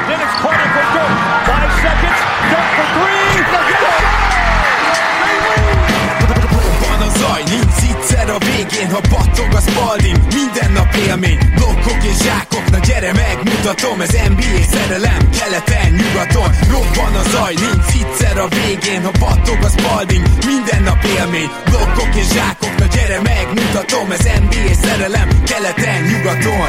Then it's Carter for Dirk. 5 seconds. Dirk for three. Van a zaj, nincs egyszer a végén, ha battog a Spalding. Minden nap élmény, blokkok és zsákok. Na gyere megmutatom, ez NBA szerelem, keleten, nyugaton. Robban a zaj, nincs egyszer a végén, ha battog a Spalding. Minden nap élmény, blokkok és zsákok. Na gyere megmutatom, ez NBA szerelem, keleten, nyugaton.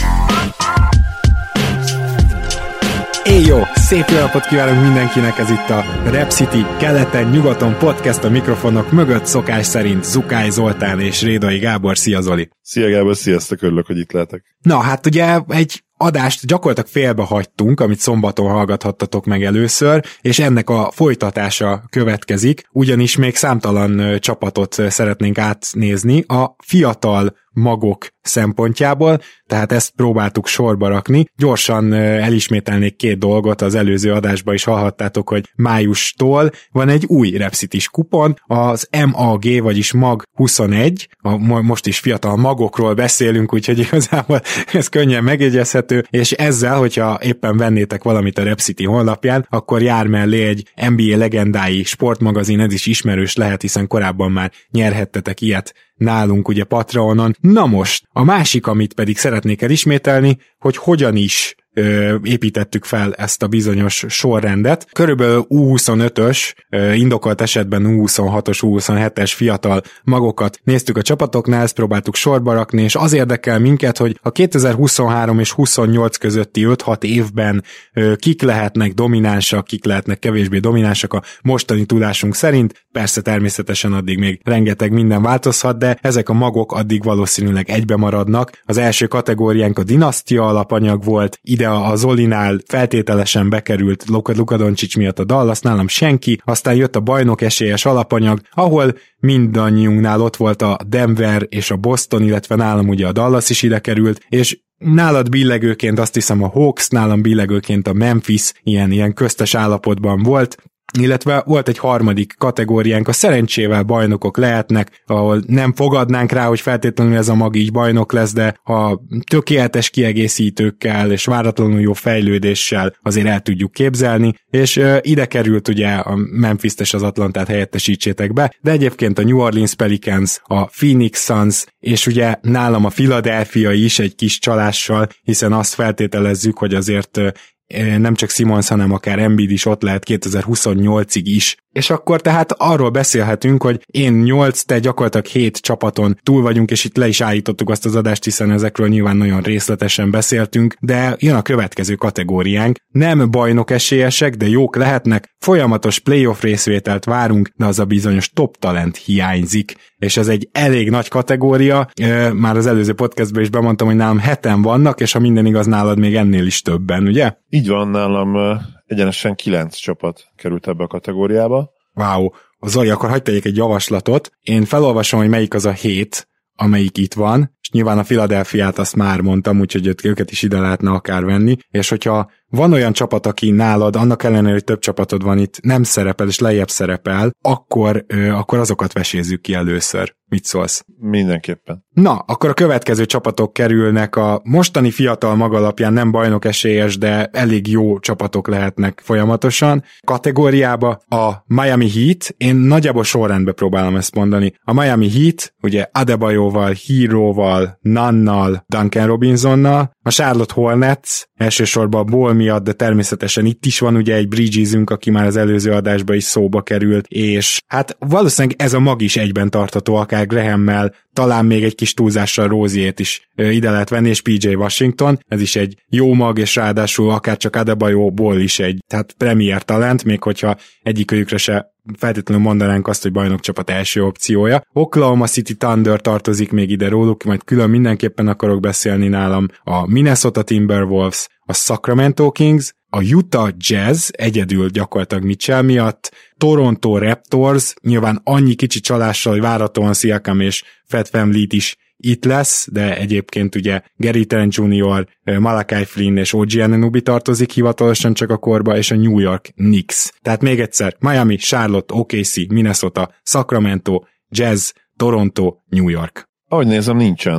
Jó, szép jó napot kívánok mindenkinek, ez itt a Rap City keleten-nyugaton podcast, a mikrofonok mögött szokás szerint Zukály Zoltán és Rédai Gábor. Szia Zoli! Szia Gábor, sziasztok, örülök, hogy itt lehetek. Na hát ugye egy adást gyakorlatilag félbe hagytunk, amit szombaton hallgathattatok meg először, és ennek a folytatása következik, ugyanis még számtalan csapatot szeretnénk átnézni a fiatal magok szempontjából, tehát ezt próbáltuk sorba rakni. Gyorsan elismételnék két dolgot, az előző adásban is hallhattátok, hogy májustól van egy új Rap City-s kupon, az MAG, vagyis MAG 21, most is fiatal magokról beszélünk, úgyhogy igazából ez könnyen megjegyezhető, és ezzel, hogyha éppen vennétek valamit a Rap City honlapján, akkor jár mellé egy NBA legendái sportmagazin, ez is ismerős lehet, hiszen korábban már nyerhettetek ilyet nálunk ugye Patreonon. Na most, a másik, amit pedig szeretnék elismételni, hogy hogyan is építettük fel ezt a bizonyos sorrendet. Körülbelül U25-ös, indokolt esetben U26-os, U27-es fiatal magokat néztük a csapatoknál, ezt próbáltuk sorba rakni, és az érdekel minket, hogy a 2023 és 28 közötti 5-6 évben kik lehetnek dominánsak, kik lehetnek kevésbé dominánsak a mostani tudásunk szerint. Persze természetesen addig még rengeteg minden változhat, de ezek a magok addig valószínűleg egybe maradnak. Az első kategóriánk a dinasztia alapanyag volt, ide a Zolinál feltételesen bekerült Luka Doncic miatt a Dallas, nálam senki, aztán jött a bajnok esélyes alapanyag, ahol mindannyiunknál ott volt a Denver és a Boston, illetve nálam ugye a Dallas is ide került, és nálad billegőként azt hiszem a Hawks, nálam billegőként a Memphis ilyen köztes állapotban volt, illetve volt egy harmadik kategóriánk, a szerencsével bajnokok lehetnek, ahol nem fogadnánk rá, hogy feltétlenül ez a mag így bajnok lesz, de ha tökéletes kiegészítőkkel és váratlanul jó fejlődéssel azért el tudjuk képzelni, és ide került ugye a Memphis-t és az Atlantát helyettesítsétek be, de egyébként a New Orleans Pelicans, a Phoenix Suns, és ugye nálam a Philadelphia is egy kis csalással, hiszen azt feltételezzük, hogy azért nem csak Simmons, hanem akár Embiid is ott lehet 2028-ig is. És akkor tehát arról beszélhetünk, hogy én 8, te gyakorlatilag 7 csapaton túl vagyunk, és itt le is állítottuk azt az adást, hiszen ezekről nyilván nagyon részletesen beszéltünk, de jön a következő kategóriánk. Nem bajnok esélyesek, de jók lehetnek, folyamatos playoff részvételt várunk, de az a bizonyos top talent hiányzik, és ez egy elég nagy kategória, már az előző podcastban is bemondtam, hogy nálam 7-en vannak, és ha minden igaz, nálad még ennél is többen, ugye? Így van, nálam egyenesen 9 csapat került ebbe a kategóriába. Wow, Zoli, akkor hagyj tegyek egy javaslatot. Én felolvasom, hogy melyik az a 7, amelyik itt van, és nyilván a Philadelphiát azt már mondtam, úgyhogy őket is ide lehetne akár venni, és hogyha van olyan csapat, aki nálad, annak ellenére, hogy több csapatod van itt, nem szerepel, és lejjebb szerepel, akkor azokat vesézzük ki először. Mit szólsz? Mindenképpen. Na, akkor a következő csapatok kerülnek a mostani fiatal maga alapján nem bajnok esélyes, de elég jó csapatok lehetnek folyamatosan. Kategóriába a Miami Heat, én nagyjából sorrendbe próbálom ezt mondani. A Miami Heat, ugye Adebayoval, Heroval, Nannal, Duncan Robinsonnal, a Charlotte Hornets, elsősorban a Ball miatt, de természetesen itt is van ugye egy Bridgesünk, aki már az előző adásban is szóba került, és hát valószínűleg ez a mag is egyben tartható, akár Grahammel, talán még egy kis túlzással Roziert is ide lehet venni, és PJ Washington, ez is egy jó mag, és ráadásul akár csak Adebayoból is egy, tehát premier talent, még hogyha egyikőjükre se feltétlenül mondanánk azt, hogy bajnokcsapat első opciója. Oklahoma City Thunder tartozik még ide róluk, majd külön mindenképpen akarok beszélni nálam, a Minnesota Timberwolves, a Sacramento Kings, a Utah Jazz, egyedül gyakorlatilag Mitchell miatt, Toronto Raptors, nyilván annyi kicsi csalással, hogy várhatóan Siakam és Fred VanVleet is itt lesz, de egyébként ugye Gary Trent Jr., Malachi Flynn és OG Anunoby tartozik hivatalosan csak a korba, és a New York Knicks. Tehát még egyszer, Miami, Charlotte, OKC, Minnesota, Sacramento, Jazz, Toronto, New York. Ahogy nézem, nincsen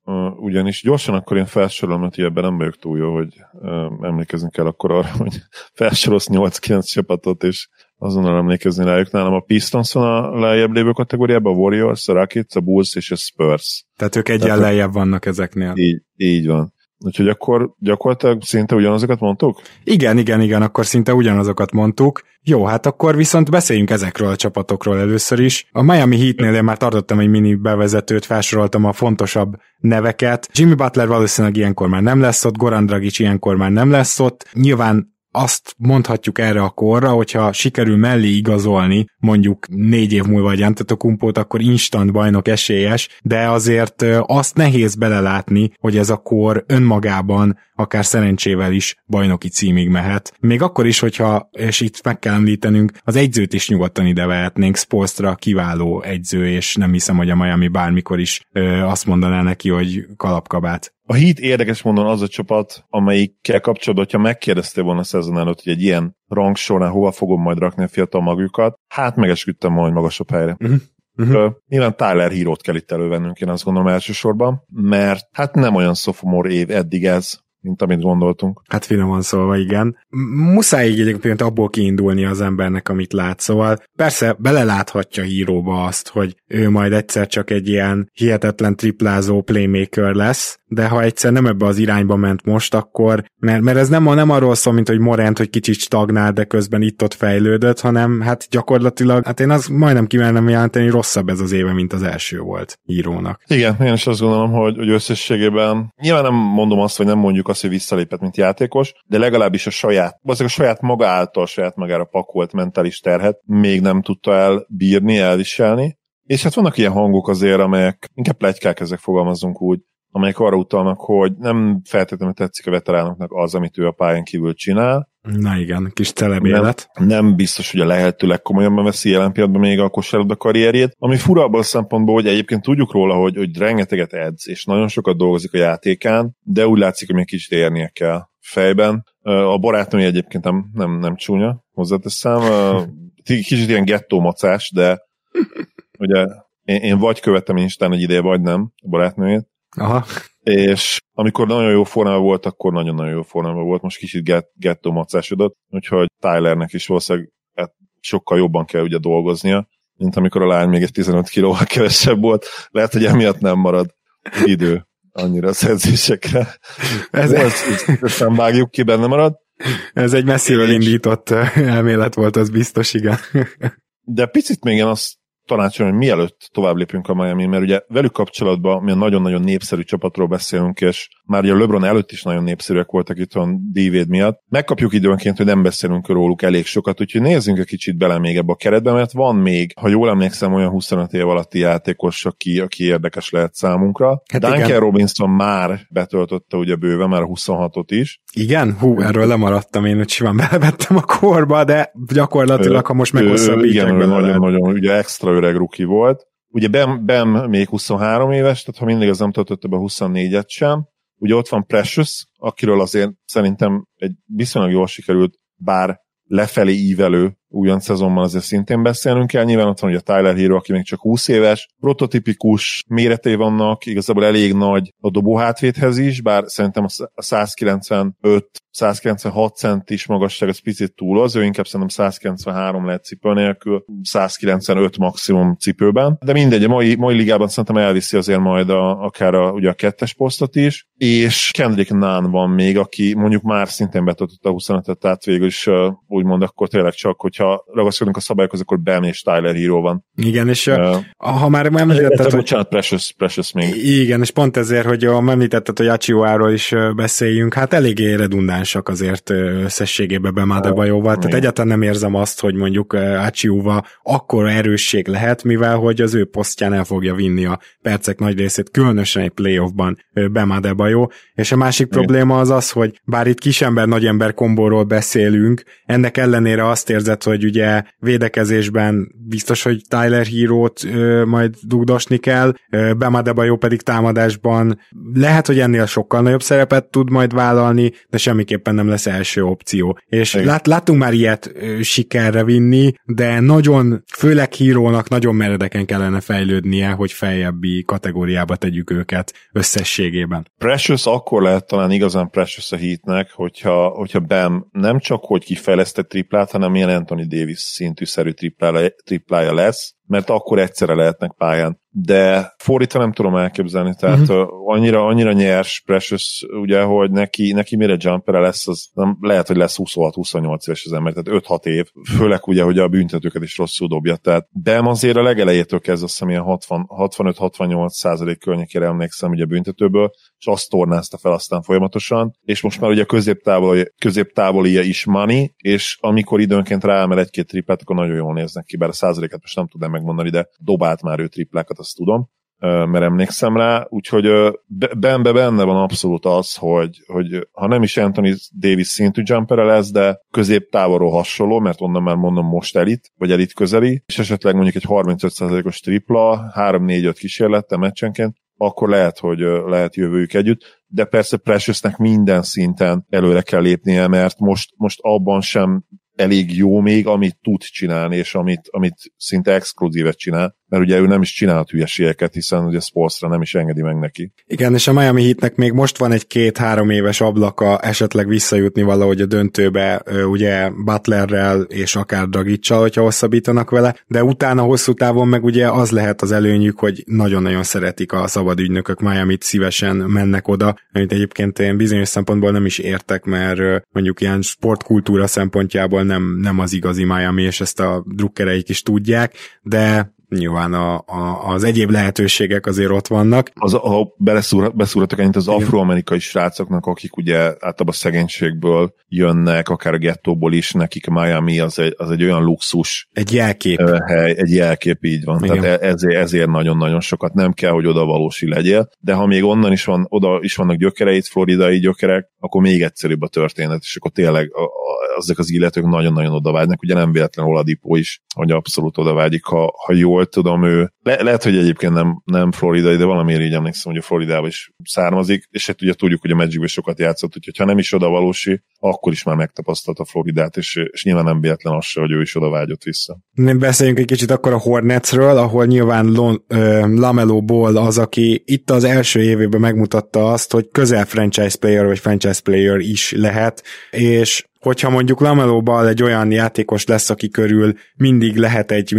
ugyanis gyorsan akkor én felsorolom, mert ebben nem vagyok túl jó, hogy emlékezni kell akkor arra, hogy felsorolsz 8-9 csapatot, és azonnal emlékezni rájuk. Nálam a Pistons van a lejjebb lévő kategóriában, a Warriors, a Rockets, a Bulls és a Spurs. Tehát ők egyen lejjebb vannak ezeknél. Így van. Úgyhogy akkor gyakorlatilag szinte ugyanazokat mondtuk? Igen, akkor szinte ugyanazokat mondtuk. Jó, hát akkor viszont beszéljünk ezekről a csapatokról először is. A Miami Heatnél én már tartottam egy mini bevezetőt, felsoroltam a fontosabb neveket. Jimmy Butler valószínűleg ilyenkor már nem lesz ott, Goran Dragic ilyenkor már nem lesz ott. Nyilván azt mondhatjuk erre a korra, hogyha sikerül mellé igazolni mondjuk 4 év múlva egy Antetokounmpót, akkor instant bajnok esélyes, de azért azt nehéz belelátni, hogy ez a kor önmagában akár szerencsével is bajnoki címig mehet. Még akkor is, hogyha, és itt meg kell említenünk, az egyzőt is nyugodtan ide vehetnénk, Spoelstra kiváló egyző, és nem hiszem, hogy a Miami bármikor is azt mondaná neki, hogy kalapkabát. A Heat érdekes módon az a csapat, amelyikkel kapcsolatban, hogyha megkérdeztél volna a szezon előtt, hogy egy ilyen rangsornál hova fogom majd rakni a fiatal magjukat, hát megesküdtem majd magasabb helyre. Nyilván Tyler Herrót kell itt elővennünk, én azt gondolom elsősorban, mert hát nem olyan sophomore év eddig ez, mint amit gondoltunk. Hát finoman szólva, igen. Muszáj így egyébként abból kiindulni az embernek, amit lát, szóval persze beleláthatja Herróba azt, hogy ő majd egyszer csak egy ilyen hihetetlen triplázó playmaker lesz, de ha egyszer nem ebbe az irányba ment most, akkor, mert ez nem arról szól, mint hogy Morant, hogy kicsit stagnál, de közben itt-ott fejlődött, hanem hát gyakorlatilag, hát én azt majdnem kimernem jelenteni, rosszabb ez az éve, mint az első volt Herrónak. Igen, én is azt gondolom, hogy összességében nyilván nem mondom azt, vagy nem mondjuk azt, hogy visszalépett, mint játékos, de legalábbis a saját maga által saját magára pakolt mentális terhet még nem tudta elbírni, elviselni. És hát vannak ilyen hangok azért, amelyek, inkább pletykák, ezek fogalmazzunk úgy, amelyek arra utalnak, hogy nem feltétlenül tetszik a veteránoknak az, amit ő a pályán kívül csinál. Na igen, kis celeb élet. Nem biztos, hogy a lehető legkomolyabban veszi jelen pillanatban még a kosárlabda karrierjét. Ami fura abban a szempontból, hogy egyébként tudjuk róla, hogy rengeteget edz, és nagyon sokat dolgozik a játékán, de úgy látszik, hogy még kicsit érnie kell fejben. A barátnője egyébként nem csúnya, hozzáteszem. Kicsit ilyen gettó macás, de ugye én vagy követem Instán egy ideje, vagy nem a barátnőjét. Aha. És amikor nagyon jó formában volt, akkor nagyon-nagyon jó formában volt, most kicsit gettó macásodott, úgyhogy Tylernek is valószínűleg sokkal jobban kell ugye dolgoznia, mint amikor a lány még egy 15 kilóval kevesebb volt. Lehet, hogy emiatt nem marad idő annyira az edzésekre. Aztán vágjuk ki, benne marad. Ez egy messziről indított elmélet volt, az biztos, igen. De picit még én azt tanácsolom, hogy mielőtt tovább lépünk a Miami, mert ugye velük kapcsolatban mi a nagyon-nagyon népszerű csapatról beszélünk, és már ugye a LeBron előtt is nagyon népszerűek voltak itthon D-Wade miatt. Megkapjuk időnként, hogy nem beszélünk róluk elég sokat, úgyhogy nézzünk egy kicsit bele még ebbe a keretbe, mert van még, ha jól emlékszem, olyan 25 év alatti játékos, aki érdekes lehet számunkra. Hát Duncan Robinson már betöltötte ugye bőven, már a 26-ot is. Igen? Erről lemaradtam, én úgy simán belevettem a korba, de gyakorlatilag, ha most meghosszabbítják belőle. Igen, nagyon-nagyon ugye extra öreg rookie volt. Ugye Bam még 23 éves, tehát ha mindig az nem töltötte be 24-et sem. Ugye ott van Precious, akiről azért szerintem egy viszonylag jól sikerült, bár lefelé ívelő újonc szezonban azért szintén beszélnünk kell. Nyilván ott van ugye Tyler Herro, aki még csak 20 éves, prototipikus méretei vannak, igazából elég nagy a dobó hátvédhez is, bár szerintem a 196 centis magasság az picit túl az, ő inkább szerintem 193 lehet cipő nélkül, 195 maximum cipőben, de mindegy, a mai ligában szerintem elviszi azért majd akár ugye a kettes posztot is, és Kendrick Nunn van még, aki mondjuk már szintén betöltötte a 25-et, tehát végül is úgymond akkor tényleg csak, hogyha ragaszkodunk a szabályokhoz, akkor Bam és Tyler Herro van. Igen, és ha már említetted, hogy... Bocsánat, Precious még. Igen, és pont ezért, hogy említetted, hogy Achiuáról is beszéljünk, hát eléggé redundánsak azért összességében Bam Adebayoval, tehát egyáltalán nem érzem azt, hogy mondjuk Achiuva akkora erősség lehet, mivel hogy az ő posztján el fogja vinni a percek nagy részét, különösen egy playoffban Bam Adebayo, és a másik probléma az az, hogy bár itt kisember-nagyember kombóról beszélünk, ennek ellenére azt érzed, hogy ugye védekezésben biztos, hogy Tyler Hero-t majd dugdosni kell, Bam Adebayo pedig támadásban lehet, hogy ennél sokkal nagyobb szerepet tud majd vállalni, de semmiképpen nem lesz első opció. És láttunk már ilyet sikerre vinni, de nagyon, főleg Hero-nak nagyon meredeken kellene fejlődnie, hogy feljebbi kategóriába tegyük őket összességében. Precious akkor lehet talán igazán Precious a Heatnek, hogyha Bam nem csak hogy kifejlesztett triplát, hanem ilyen Anthony Davis szintű szerű triplája lesz, mert akkor egyszerre lehetnek pályán. De fordítva nem tudom elképzelni, tehát annyira nyers Precious, ugye, hogy neki mire jumpere lesz, az nem, lehet, hogy lesz 26-28 éves az ember, tehát 5-6 év, főleg ugye, hogy a büntetőket is rosszul dobja, tehát Bam azért a legelejétől kezdve, azt hiszem ilyen 65-68% környékére emlékszem ugye a büntetőből, és azt tornázta fel aztán folyamatosan, és most már ugye középtávolija is money, és amikor időnként ráemel egy-két triplát, akkor nagyon jól néznek ki, bár a százalékát most nem tudom megmondani, de dobált már ő triplákat, azt tudom, mert emlékszem rá, úgyhogy benne van abszolút az, hogy ha nem is Anthony Davis szintű jumpere lesz, de középtávolról hasonló, mert onnan már mondom most elit, vagy elit közeli, és esetleg mondjuk egy 35%-os tripla, 3-4-5 kísérlettel meccsenként, akkor lehet, hogy lehet jövőjük együtt, de persze Preciousnek minden szinten előre kell lépnie, mert most abban sem elég jó még, amit tud csinálni, és amit szinte exkluzívet csinál, mert ugye ő nem is csinálhat hülyeségeket, hiszen ugye Spoelstra nem is engedi meg neki. Igen, és a Miami Heatnek még most van egy 2-3 éves ablaka esetleg visszajutni valahogy a döntőbe, ugye Butlerrel és akár Dragic-sal, hogyha hosszabbítanak vele, de utána hosszú távon meg ugye az lehet az előnyük, hogy nagyon-nagyon szeretik a szabad ügynökök, Miamit szívesen mennek oda, amit egyébként én bizonyos szempontból nem is értek, mert mondjuk ilyen sportkultúra szempontjából nem az igazi Miami, és ezt a drukkereik is tudják, de nyilván az egyéb lehetőségek azért ott vannak. Ha beszúrhatok ennyit az afroamerikai srácoknak, akik ugye általában szegénységből jönnek, akár a gettóból is, nekik Miami az egy olyan luxus. Egy jelkép. Hely, egy jelkép, így van. Igen. Tehát ezért nagyon-nagyon sokat nem kell, hogy oda valósi legyél, de ha még onnan is oda is vannak gyökereid, floridai gyökerek, akkor még egyszerűbb a történet, és akkor tényleg ezek az illetők nagyon-nagyon odavágynak, ugye nem véletlen Oladipo is, hogy abszolút odavágyik, ha jól tudom, ő lehet, hogy egyébként nem floridai, de valamiért így emlékszem, hogy a Floridába is származik, és hát ugye tudjuk, hogy a Magicben sokat játszott, úgyhogy ha nem is oda valósi, akkor is már megtapasztalta Floridát, és nyilván nem véletlen az se, hogy ő is oda vágyott vissza. Beszéljünk egy kicsit akkor a Hornetsről, ahol nyilván LaMelo Ball az, aki itt az első évében megmutatta azt, hogy közel franchise player vagy franchise player is lehet, és hogyha mondjuk LaMelo Ball egy olyan játékos lesz, aki körül mindig lehet egy,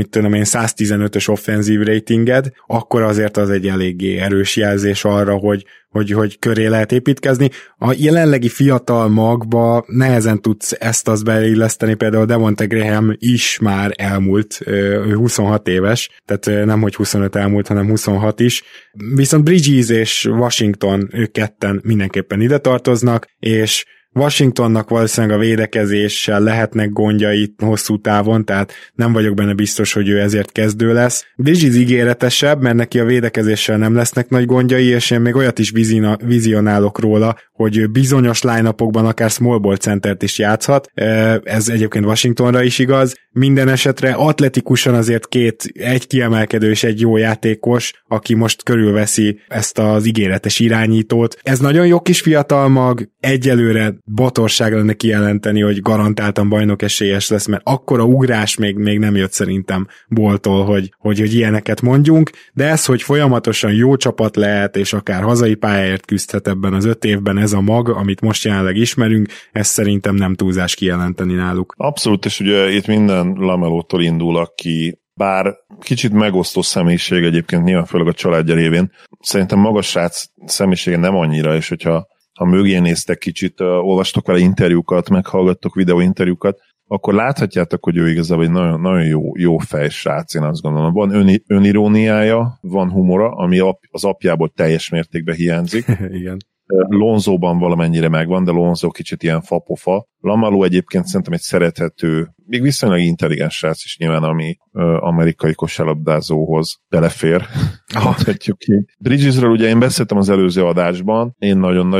115-ös offenzív ratinged, akkor azért az egy eléggé erős jelzés arra, hogy köré lehet építkezni. A jelenlegi fiatal magba nehezen tudsz ezt-azt beilleszteni, például Devonte Graham is már elmúlt, ő 26 éves, tehát nem hogy 25 elmúlt, hanem 26 is. Viszont Bridges és Washington, ők ketten mindenképpen ide tartoznak, és Washingtonnak valószínűleg a védekezéssel lehetnek gondjai hosszú távon, tehát nem vagyok benne biztos, hogy ő ezért kezdő lesz. Bridges ígéretesebb, mert neki a védekezéssel nem lesznek nagy gondjai, és én még olyat is vizionálok róla, hogy bizonyos line-upokban akár small ball centert is játszhat. Ez egyébként Washingtonra is igaz. Minden esetre atletikusan azért egy kiemelkedő és egy jó játékos, aki most körülveszi ezt az ígéretes irányítót. Ez nagyon jó kis fiatal mag, egyelőre botorság lenne kijelenteni, hogy garantáltan bajnok esélyes lesz, mert akkora ugrás még nem jött szerintem Balltól, hogy ilyeneket mondjunk, de ez, hogy folyamatosan jó csapat lehet, és akár hazai pályáért küzdhet ebben az 5 évben ez a mag, amit most jelenleg ismerünk, ez szerintem nem túlzás kijelenteni náluk. Abszolút, és ugye itt minden LaMelótól indul, aki bár kicsit megosztó személyiség egyébként, nyilván főleg a családja révén, szerintem magas srác személyisége nem annyira, és hogyha mögé néztek kicsit, olvastok vele interjúkat, meghallgattok videóinterjúkat, akkor láthatjátok, hogy ő igazából egy nagyon, nagyon jó fejsrác, én azt gondolom. Van öniróniája, van humora, ami az apjából teljes mértékben hiányzik. Igen. Lonzóban valamennyire megvan, de Lonzo kicsit ilyen fapofa. LaMelo egyébként szerintem egy szerethető, még viszonylag intelligens srác is nyilván, ami amerikai kosárlabdázóhoz belefér. Bridgesről ugye én beszéltem az előző adásban, én nagyon-nagyon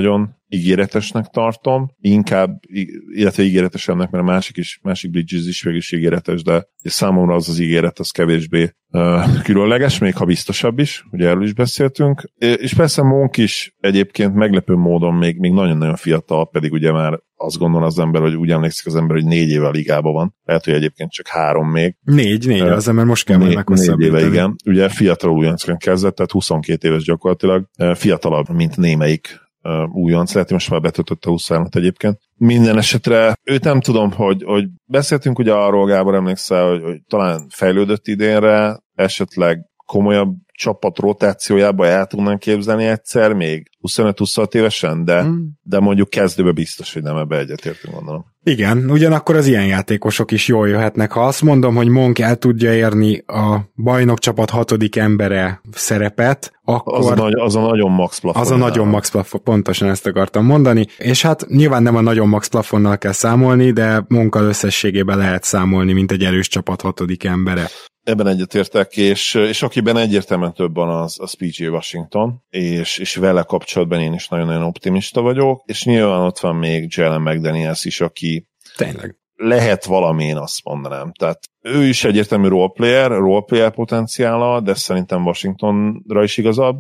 ígéretesnek tartom, inkább, illetve ígéretesebbnek, mert a másik Bridges is végül is ígéretes, de számomra az ígéret az kevésbé különleges, még ha biztosabb is, ugye erről is beszéltünk, és persze Monk is egyébként meglepő módon még nagyon-nagyon fiatal, pedig ugye már azt gondol az ember, hogy úgy emlékszik az ember, hogy 4 éve a ligában van, lehet, hogy egyébként csak 3 még. 4, az ember most kell majd meghosszabbítani. 4 éve, igen. Ugye fiatalul újoncként kezdett, tehát 22 éves gyakorlatilag, fiatalabb, mint némelyik újonc, lehet, hogy most már betöltötte 23-at egyébként. Minden esetre őt nem tudom, hogy beszéltünk ugye arról, Gábor, emlékszel, hogy talán fejlődött idénre, esetleg komolyabb csapat rotációjába el tudnánk képzelni egyszer, még 25-26 évesen, de mondjuk kezdőbe biztos, hogy nem, ebbe egyetértünk, gondolom. Igen, ugyanakkor az ilyen játékosok is jól jöhetnek. Ha azt mondom, hogy Monk el tudja érni a bajnokcsapat 6. embere szerepet, akkor... Az a nagyon max plafon. Az a nagyon max plafon, pontosan ezt akartam mondani. És hát nyilván nem a nagyon max plafonnal kell számolni, de Monkkal összességében lehet számolni, mint egy erős csapat 6. embere. Ebben egyetértek, és akiben egyértelműen több van, az PJ Washington, és vele kapcsolatban én is nagyon-nagyon optimista vagyok, és nyilván ott van még Jalen McDaniels is, aki tényleg lehet valami, én azt mondanám. Tehát ő is egyértelmű roleplayer potenciála, de szerintem Washingtonra is igazabb,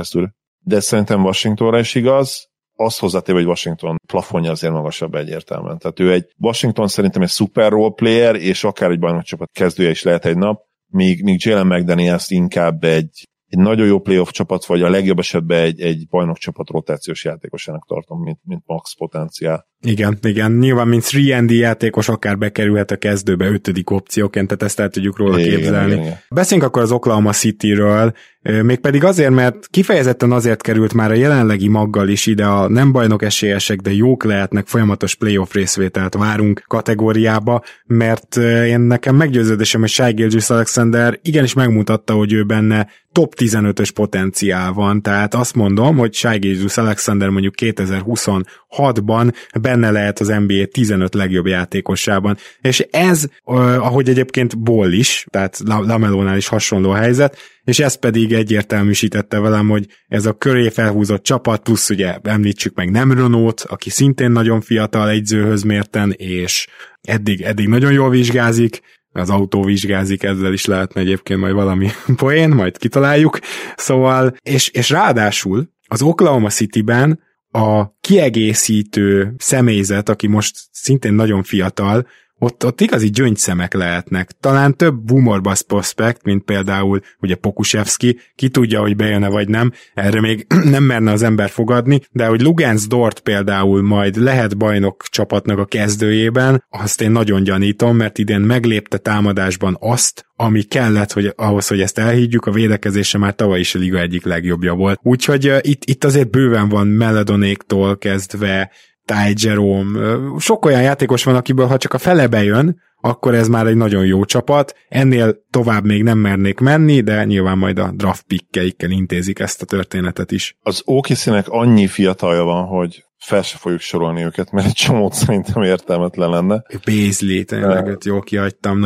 de szerintem Washingtonra is igaz, azt hozzátéve, hogy Washington plafonja azért magasabb egyértelműen. Tehát ő Washington szerintem egy szuper roleplayer, és akár egy bajnokcsapat kezdője is lehet egy nap, míg Jalen McDaniels inkább egy nagyon jó playoff csapat, vagy a legjobb esetben egy bajnokcsapat rotációs játékosának tartom, mint max potenciál. Igen, nyilván mint 3&D játékos akár bekerülhet a kezdőbe 5. opcióként, tehát ezt el tudjuk róla képzelni. Igen. Beszéljünk akkor az Oklahoma Cityről, mégpedig azért, mert kifejezetten azért került már a jelenlegi maggal is ide a nem bajnok esélyesek, de jók lehetnek, folyamatos playoff részvételt várunk kategóriába, mert én nekem meggyőződésem, hogy Shai Gilgeous-Alexander igenis megmutatta, hogy ő benne top 15-ös potenciál van, tehát azt mondom, hogy Shai Gilgeous-Alexander mondjuk 2026-ban benne lehet az NBA 15 legjobb játékosában, és ez, ahogy egyébként Ball is, tehát LaMelónál is hasonló helyzet, és ez pedig egyértelműsítette velem, hogy ez a köré felhúzott csapat, plusz ugye említsük meg Nemronót, aki szintén nagyon fiatal egyzőhöz mérten, és eddig nagyon jól vizsgázik, az autó vizsgázik, ezzel is lehetne egyébként majd valami poén, majd kitaláljuk, szóval, és ráadásul az Oklahoma Cityben a kiegészítő személyzet, aki most szintén nagyon fiatal, ott igazi gyöngyszemek lehetnek. Talán több boomer bust prospect, mint például ugye Pokusevski, ki tudja, hogy bejön-e vagy nem, erre még nem merne az ember fogadni, de hogy Luguentz Dort például majd lehet bajnok csapatnak a kezdőjében, azt én nagyon gyanítom, mert idén meglépte támadásban azt, ami kellett, hogy ahhoz, hogy ezt elhiggyük, a védekezése már tavaly is a liga egyik legjobbja volt. Úgyhogy itt azért bőven van Meladonéktól kezdve Ty Jerome, sok olyan játékos van, akiből ha csak a fele bejön, akkor ez már egy nagyon jó csapat. Ennél tovább még nem mernék menni, de nyilván majd a draft pickkeikkel intézik ezt a történetet is. Az OKC-nek annyi fiatalja van, hogy fel se fogjuk sorolni őket, mert egy csomót szerintem értelmetlen lenne. Beasley, tényleg, őt jól kihagytam.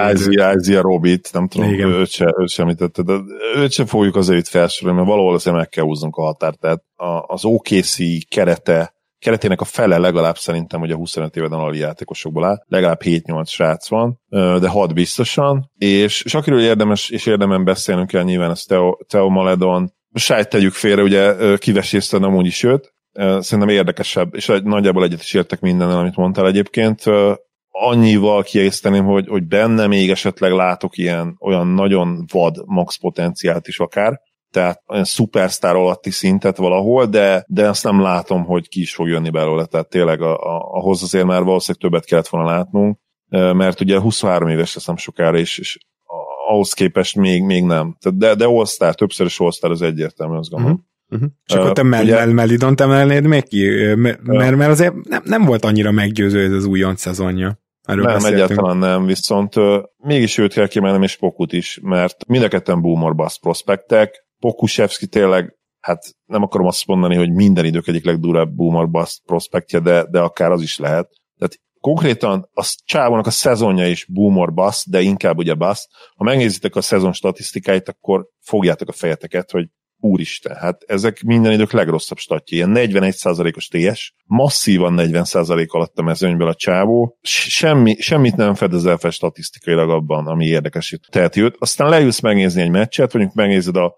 Isaiah Robit, nem tudom, őt se említette, de őt sem fogjuk azért itt felsorolni, mert valahol azért meg kell húznunk a határt. Tehát az OKC keretének a fele legalább szerintem, hogy a 25 éveden aluli játékosokból áll, legalább 7-8 srác van, de 6 biztosan, és akiről érdemen beszélnünk kell nyilván, ez Theo Maledon. Sájt tegyük félre, ugye kivesézted amúgy is őt, szerintem érdekesebb, és nagyjából egyet is értek mindennel, amit mondtál egyébként. Annyival kiegészíteném, hogy benne még esetleg látok olyan nagyon vad max potenciált is akár, tehát olyan szupersztár alatti szintet valahol, de azt nem látom, hogy ki is fog jönni belőle, tehát tényleg ahhoz azért már valószínűleg többet kellett volna látnunk, mert ugye 23 éves lesz nem sokára, és ahhoz képest még nem. De All-Star, többszörös All-Star az egyértelmű, azt gondolom. Csak ott a Melidont emelnéd még ki? Mert azért nem volt annyira meggyőző ez az újonc szezonja. Nem, egyáltalán nem, viszont mégis őt kell kiemelnem, és Pokut is, mert mind a ketten boomer bust prospektek. Pokusevski tényleg, hát nem akarom azt mondani, hogy minden idők egyik legdurább boomer bust prospektje, de akár az is lehet. Tehát konkrétan a csávónak a szezonja is boomer bust, de inkább ugye bust. Ha megnézitek a szezon statisztikáit, akkor fogjátok a fejeteket, hogy úristen, hát ezek minden idők legrosszabb statja, ilyen 41%-os TS, masszívan 40% alatt a mezőnyből a csávó, semmit nem fedezel fel statisztikailag abban, ami érdekes teheti őt. Aztán leülsz megnézni egy meccset, vagy megnézed a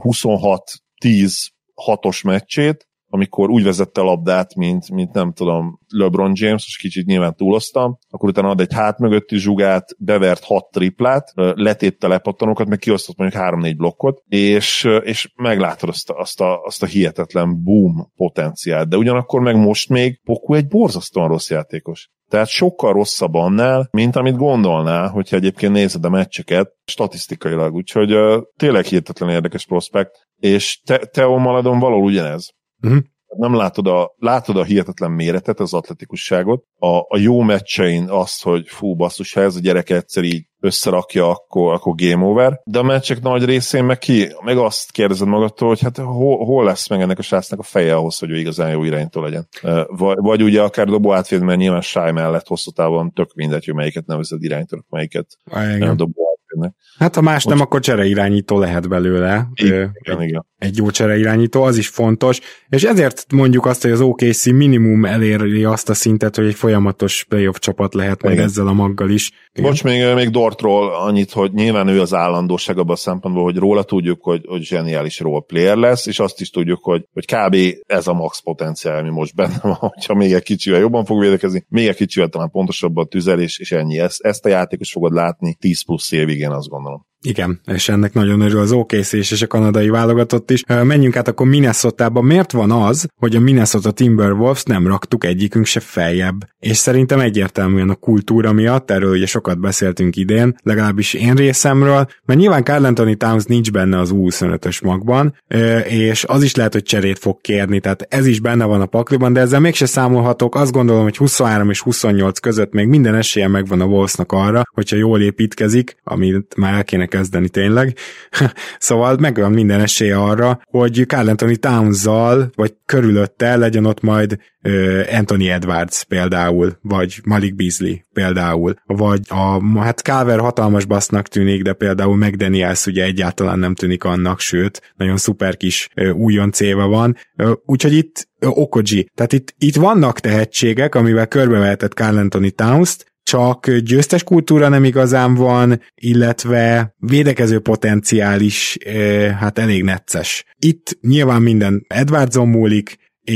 26-10-6-os meccsét, amikor úgy vezette a labdát, mint nem tudom, LeBron James, és kicsit nyilván túloztam, akkor utána ad egy hátmögötti zsugát, bevert 6 triplát, letépte lepattanókat, meg kiosztott mondjuk 3-4 blokkot, és meglátod azt a hihetetlen boom potenciált. De ugyanakkor meg most még Poku egy borzasztóan rossz játékos. Tehát sokkal rosszabb annál, mint amit gondolnál, hogyha egyébként nézed a meccseket statisztikailag. Úgyhogy tényleg hihetetlen érdekes prospekt, és Theo Maledon valahol ugyanez. Uh-huh. Nem látod a hihetetlen méretet, az atletikusságot, a jó meccsein azt, hogy fú, basszus, ha ez a gyerek egyszer így összerakja, akkor game over, de a meccsek nagy részén meg azt kérdezed magadtól, hogy hát hol lesz meg ennek a srácnak a feje ahhoz, hogy ő igazán jó iránytól legyen. Vagy ugye akár dobó átvéd, mert nyilván Shai mellett hosszú távon tök mindegy, hogy melyiket nevezed iránytól, melyiket nem dobó átvédnek. Hát ha más nem, akkor csereirányító lehet belőle. Igen. Egy jó csereirányító, az is fontos, és ezért mondjuk azt, hogy az OKC minimum eléri azt a szintet, hogy egy folyamatos playoff csapat lehet majd ezzel a maggal is. Bocs, még Dortról annyit, hogy nyilván ő az állandóság abban a szempontból, hogy róla tudjuk, hogy zseniális role player lesz, és azt is tudjuk, hogy kb. Ez a max potenciál, ami most benne van, hogyha még egy kicsivel jobban fog védekezni, még egy kicsivel talán pontosabban tüzelés, és ennyi. Ezt a játékos fogod látni 10 plusz évig, én azt gondolom. Igen, és ennek nagyon örül az OKC és a kanadai válogatott is. Menjünk át akkor Minnesotába. Miért van az, hogy a Minnesota Timberwolves nem raktuk egyikünk se feljebb? És szerintem egyértelműen a kultúra miatt, erről ugye sokat beszéltünk idén, legalábbis én részemről, mert nyilván Karl Anthony Towns nincs benne az U25-ös magban, és az is lehet, hogy cserét fog kérni, tehát ez is benne van a pakliban, de ezzel mégse számolhatok. Azt gondolom, hogy 23 és 28 között még minden esélye megvan a Wolvesnak arra, hogyha jól építkezik, amit már el kéne kezdeni tényleg. Szóval megvan minden esélye arra, hogy Karl Anthony Towns-zal, vagy körülötte legyen ott majd Anthony Edwards például, vagy Malik Beasley például, vagy hát Calvert hatalmas bassznak tűnik, de például McDaniels ugye egyáltalán nem tűnik annak, sőt, nagyon szuper kis újoncéva van. Úgyhogy itt Okoji, tehát itt vannak tehetségek, amivel körbevehetett Karl Anthony Towns-t, csak győztes kultúra nem igazán van, illetve védekező potenciál is hát elég necces. Itt nyilván minden Edwardson múlik,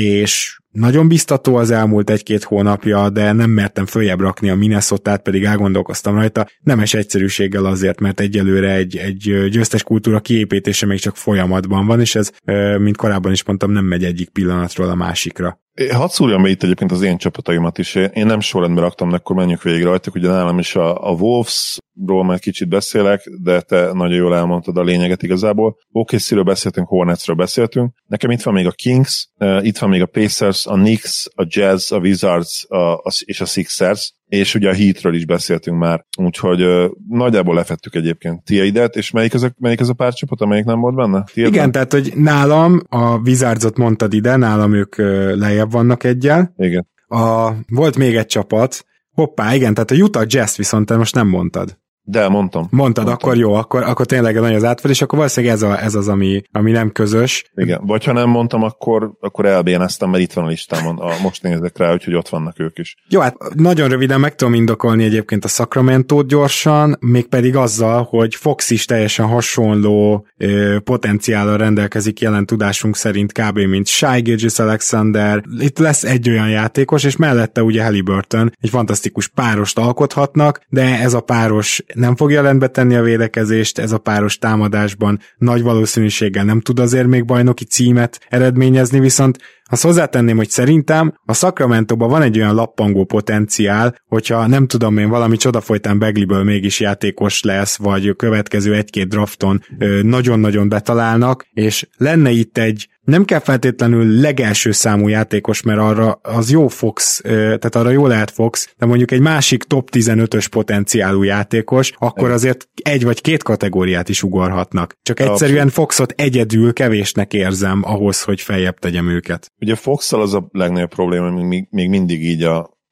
és nagyon biztató az elmúlt 1-2 hónapja, de nem mertem följebb rakni a Minnesotát, pedig elgondolkoztam rajta, nemes egyszerűséggel azért, mert egyelőre egy győztes kultúra kiépítése még csak folyamatban van, és ez, mint korábban is mondtam, nem megy egyik pillanatról a másikra. Hadd szúrjam be itt egyébként az én csapataimat is. Én nem sorrendben raktam, de akkor menjünk végig rajtuk. Ugye nálam is a Wolvesról már kicsit beszélek, de te nagyon jól elmondtad a lényeget igazából. OKC-ről beszéltünk, Hornetsről beszéltünk. Nekem itt van még a Kings, itt van még a Pacers, a Knicks, a Jazz, a Wizards és a Sixers, és ugye a Heatről is beszéltünk már, úgyhogy nagyjából lefettük egyébként tiaidet, és melyik az a pár csapat, amelyik nem volt benne? Igen, tehát, hogy nálam a Wizardsot mondtad ide, nálam ők lejjebb vannak egyel. Igen. Volt még egy csapat, hoppá, igen, tehát a Utah Jazz viszont te most nem mondtad. De mondtam. Mondtad, akkor jó, akkor tényleg nagy az átfedés, akkor valószínűleg ez az, ami nem közös. Igen, vagy ha nem mondtam, akkor elbéneztem, mert itt van a listámon, most nézek rá, úgyhogy ott vannak ők is. Jó, hát nagyon röviden meg tudom indokolni egyébként a Sacramento-t gyorsan, mégpedig azzal, hogy Fox is teljesen hasonló potenciállal rendelkezik jelen tudásunk szerint kb. Mint Shai Gilgeous-Alexander. Itt lesz egy olyan játékos, és mellette ugye Haliburton egy fantasztikus párost alkothatnak, de ez a páros nem fogja rendbe tenni a védekezést, ez a páros támadásban nagy valószínűséggel nem tud azért még bajnoki címet eredményezni, viszont azt hozzátenném, hogy szerintem a Sacramento-ban van egy olyan lappangó potenciál, hogyha nem tudom én, valami csodafolytán Bagley-ből mégis játékos lesz, vagy a következő 1-2 drafton nagyon-nagyon betalálnak, és lenne itt egy nem kell feltétlenül legelső számú játékos, mert arra az jó Fox, tehát arra jó lehet Fox, de mondjuk egy másik top 15-ös potenciálú játékos, akkor azért 1 vagy 2 kategóriát is ugorhatnak. Csak egyszerűen Foxot egyedül kevésnek érzem ahhoz, hogy feljebb tegyem őket. Ugye Fox-szal az a legnagyobb probléma, még mindig így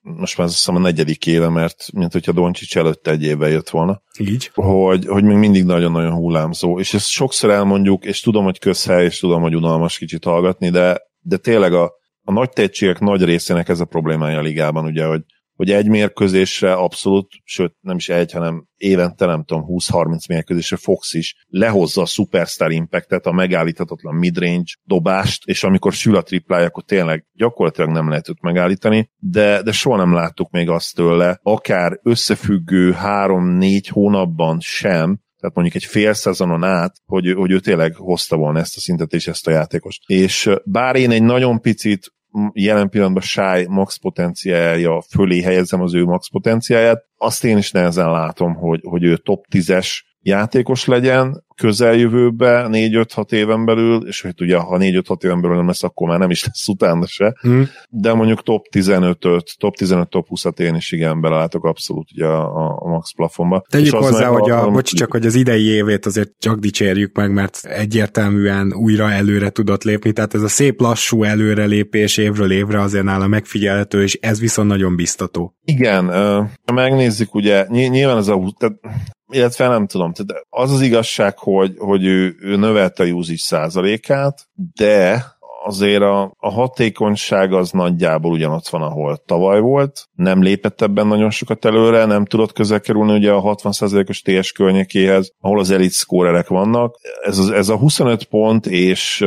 most már azt hiszem a 4. éve, mert mint hogyha Doncsics előtte egy évvel jött volna. Így. Hogy még mindig nagyon-nagyon hullámzó, és ezt sokszor elmondjuk, és tudom, hogy közhely, és tudom, hogy unalmas kicsit hallgatni, de tényleg a nagy tehetségek nagy részének ez a problémája a ligában, ugye, hogy egy mérkőzésre abszolút, sőt nem is egy, hanem évente nem tudom, 20-30 mérkőzésre Fox is lehozza a superstar impactet, a megállíthatatlan midrange dobást, és amikor sül a triplája, akkor tényleg gyakorlatilag nem lehet őt megállítani, de soha nem láttuk még azt tőle, akár összefüggő 3-4 hónapban sem, tehát mondjuk egy fél szezonon át, hogy ő tényleg hozta volna ezt a szintet és ezt a játékost. És bár én egy nagyon picit jelen pillanatban Shai max potenciálja fölé helyezem az ő max potenciáját, azt én is nehezen látom, hogy ő top 10-es játékos legyen közeljövőbe 4-5-6 éven belül, és hogy ugye ha 4-5-6 éven belül nem lesz, akkor már nem is lesz utána se, de mondjuk top 15-öt, top 15-top 20-at én is igen belelátok abszolút ugye a max plafonba. Tegyük hozzá, hogy az idei évét azért csak dicsérjük meg, mert egyértelműen újra előre tudott lépni, tehát ez a szép lassú előrelépés évről évre azért nála megfigyelhető, és ez viszont nagyon biztató. Igen, ha megnézzük, ugye nyilván ez illetve nem tudom, tehát az igazság, hogy ő növelte a usage százalékát, de azért a hatékonyság az nagyjából ugyanott van, ahol tavaly volt, nem lépett ebben nagyon sokat előre, nem tudott közel kerülni ugye a 60%-os TS környékéhez, ahol az elite scorerek vannak. Ez a 25 pont és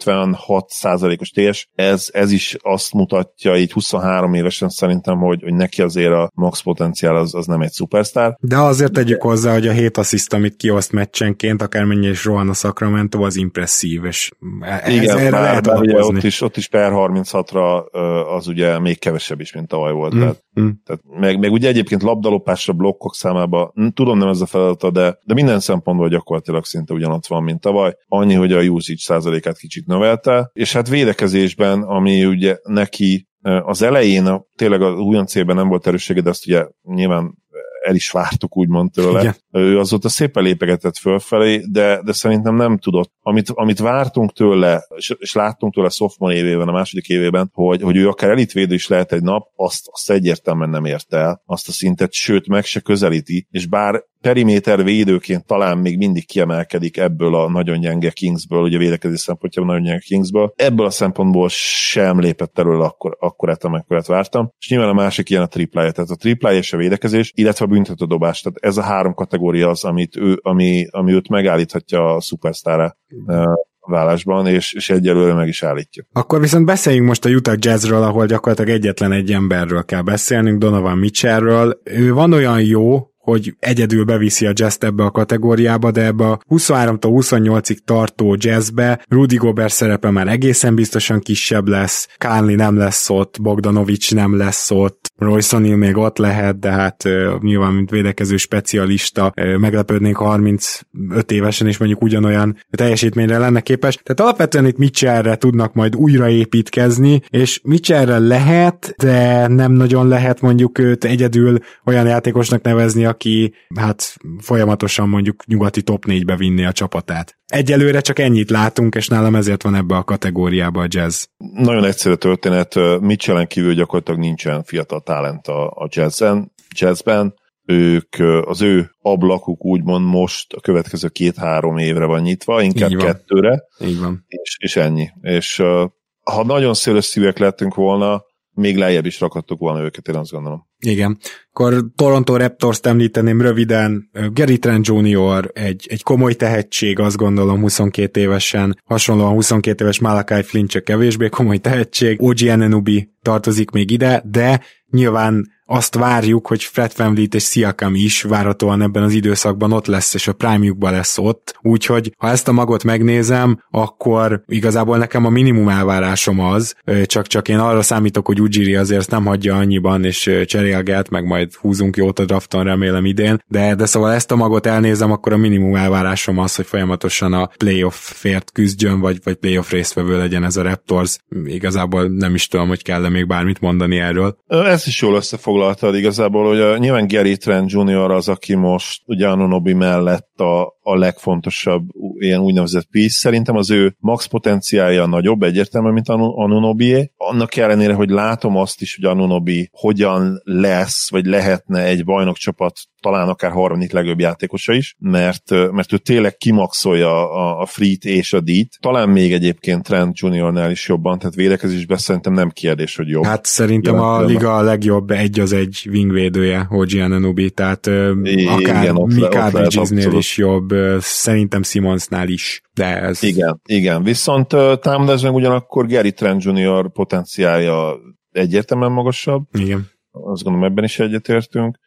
56%-os TS, ez is azt mutatja így 23 évesen szerintem, hogy neki azért a max potenciál az nem egy szupersztár. De azért tegyük hozzá, hogy a 7 assziszt, amit kioszt meccsenként, akármennyire is rohan a Sacramento, az impresszív, és igen, erre lehet alapozni. Ott is per 36-ra az ugye még kevesebb is, mint tavaly volt. Tehát meg ugye egyébként labdalopásra, blokkok számában, tudom nem ez a feladata, de minden szempontból gyakorlatilag szinte ugyanott van, mint tavaly. Annyi, hogy a usage százalékát kicsit növelte, és hát védekezésben, ami ugye neki az elején tényleg az UNC-ben nem volt erőssége, de azt ugye nyilván el is vártuk úgymond tőle. Igen. Ő azóta szépen lépegetett fölfelé, de szerintem nem tudott. Amit vártunk tőle, és láttunk tőle a sophomore évében, a második évében, hogy ő akár elitvédő is lehet egy nap, azt egyértelműen nem ért el azt a szintet, sőt meg se közelíti, és bár periméter védőként talán még mindig kiemelkedik ebből a nagyon gyenge Kingsből, ugye védekezés szempontjából nagyon gyenge Kingsből. Ebből a szempontból sem lépett elől akkorát, amekkorát vártam. És nyilván a másik ilyen a triplája, tehát a triplája és a védekezés, illetve a büntetődobás. Tehát ez a 3 kategória az, ami őt megállíthatja a szupersztárra válásban, és egyelőre meg is állítja. Akkor viszont beszéljünk most a Utah Jazzről, ahol gyakorlatilag egyetlen egy emberről kell beszélnünk, Donovan Mitchellről. Ő van olyan jó, hogy egyedül beviszi a Jazz ebbe a kategóriába, de ebbe a 23-tól 28-ig tartó Jazzbe Rudy Gobert szerepe már egészen biztosan kisebb lesz, Conley nem lesz ott, Bogdanovics nem lesz ott, Royce O'Neal még ott lehet, de hát nyilván, mint védekező specialista meglepődnénk 35 évesen, és mondjuk ugyanolyan teljesítményre lenne képes. Tehát alapvetően itt Mitchellre tudnak majd újraépítkezni, és Mitchellre lehet, de nem nagyon lehet mondjuk őt egyedül olyan játékosnak nevezni, aki hát folyamatosan mondjuk nyugati top 4-be vinni a csapatát. Egyelőre csak ennyit látunk, és nálam ezért van ebbe a kategóriába a Jazz. Nagyon egyszerű történet, Mitchellen kívül gyakorlatilag nincsen fiatal talent a Jazzben. Az ő ablakuk úgymond most a következő 2-3 évre van nyitva, inkább 2-re. Így van. És ennyi. És ha nagyon széles szívek lettünk volna, még lejjebb is rakhattuk volna őket, én azt gondolom. Igen. Akkor Toronto Raptors-t említeném röviden. Gary Trent Jr. egy komoly tehetség, azt gondolom 22 évesen. Hasonlóan 22 éves Malachi Flynn csak kevésbé komoly tehetség. OG Anunoby tartozik még ide, de nyilván azt várjuk, hogy Fred VanVleet és Siakam is várhatóan ebben az időszakban ott lesz, és a prime-jukban lesz ott. Úgyhogy, ha ezt a magot megnézem, akkor igazából nekem a minimum elvárásom az, csak én arra számítok, hogy Ujiri azért nem hagyja annyiban, és cserélget, meg majd húzunk jót a drafton, remélem idén, de szóval ezt a magot elnézem, akkor a minimum elvárásom az, hogy folyamatosan a playoffért küzdjön, vagy playoff résztvevő legyen ez a Raptors. Igazából nem is tudom, hogy kell még bármit mondani erről. Ez is jól összefoglalva, összefoglaltad igazából, hogy nyilván Gary Trent Jr. az, aki most ugye Anunoby mellett a legfontosabb ilyen úgynevezett piece. Szerintem az ő max potenciálja nagyobb egyértelműen, mint Anunobyé. Annak ellenére, hogy látom azt is, hogy Anunoby hogyan lesz, vagy lehetne egy bajnokcsapat talán akár harmadik legjobb játékosa is, mert ő tényleg kimaxolja a free-t és a D-t. Talán még egyébként Trent Jr.-nál is jobban, tehát védekezésben szerintem nem kérdés, hogy jobb. Hát szerintem a liga a legjobb egy wingvédője, OG Anunoby, tehát akár Mika Bridgesnél is jobb, szerintem Simmonsnál is, de ez... Igen. Viszont támadásban ugyanakkor Gary Trent Jr. potenciálja egyértelműen magasabb. Igen. Azt gondolom, ebben is egyetértünk.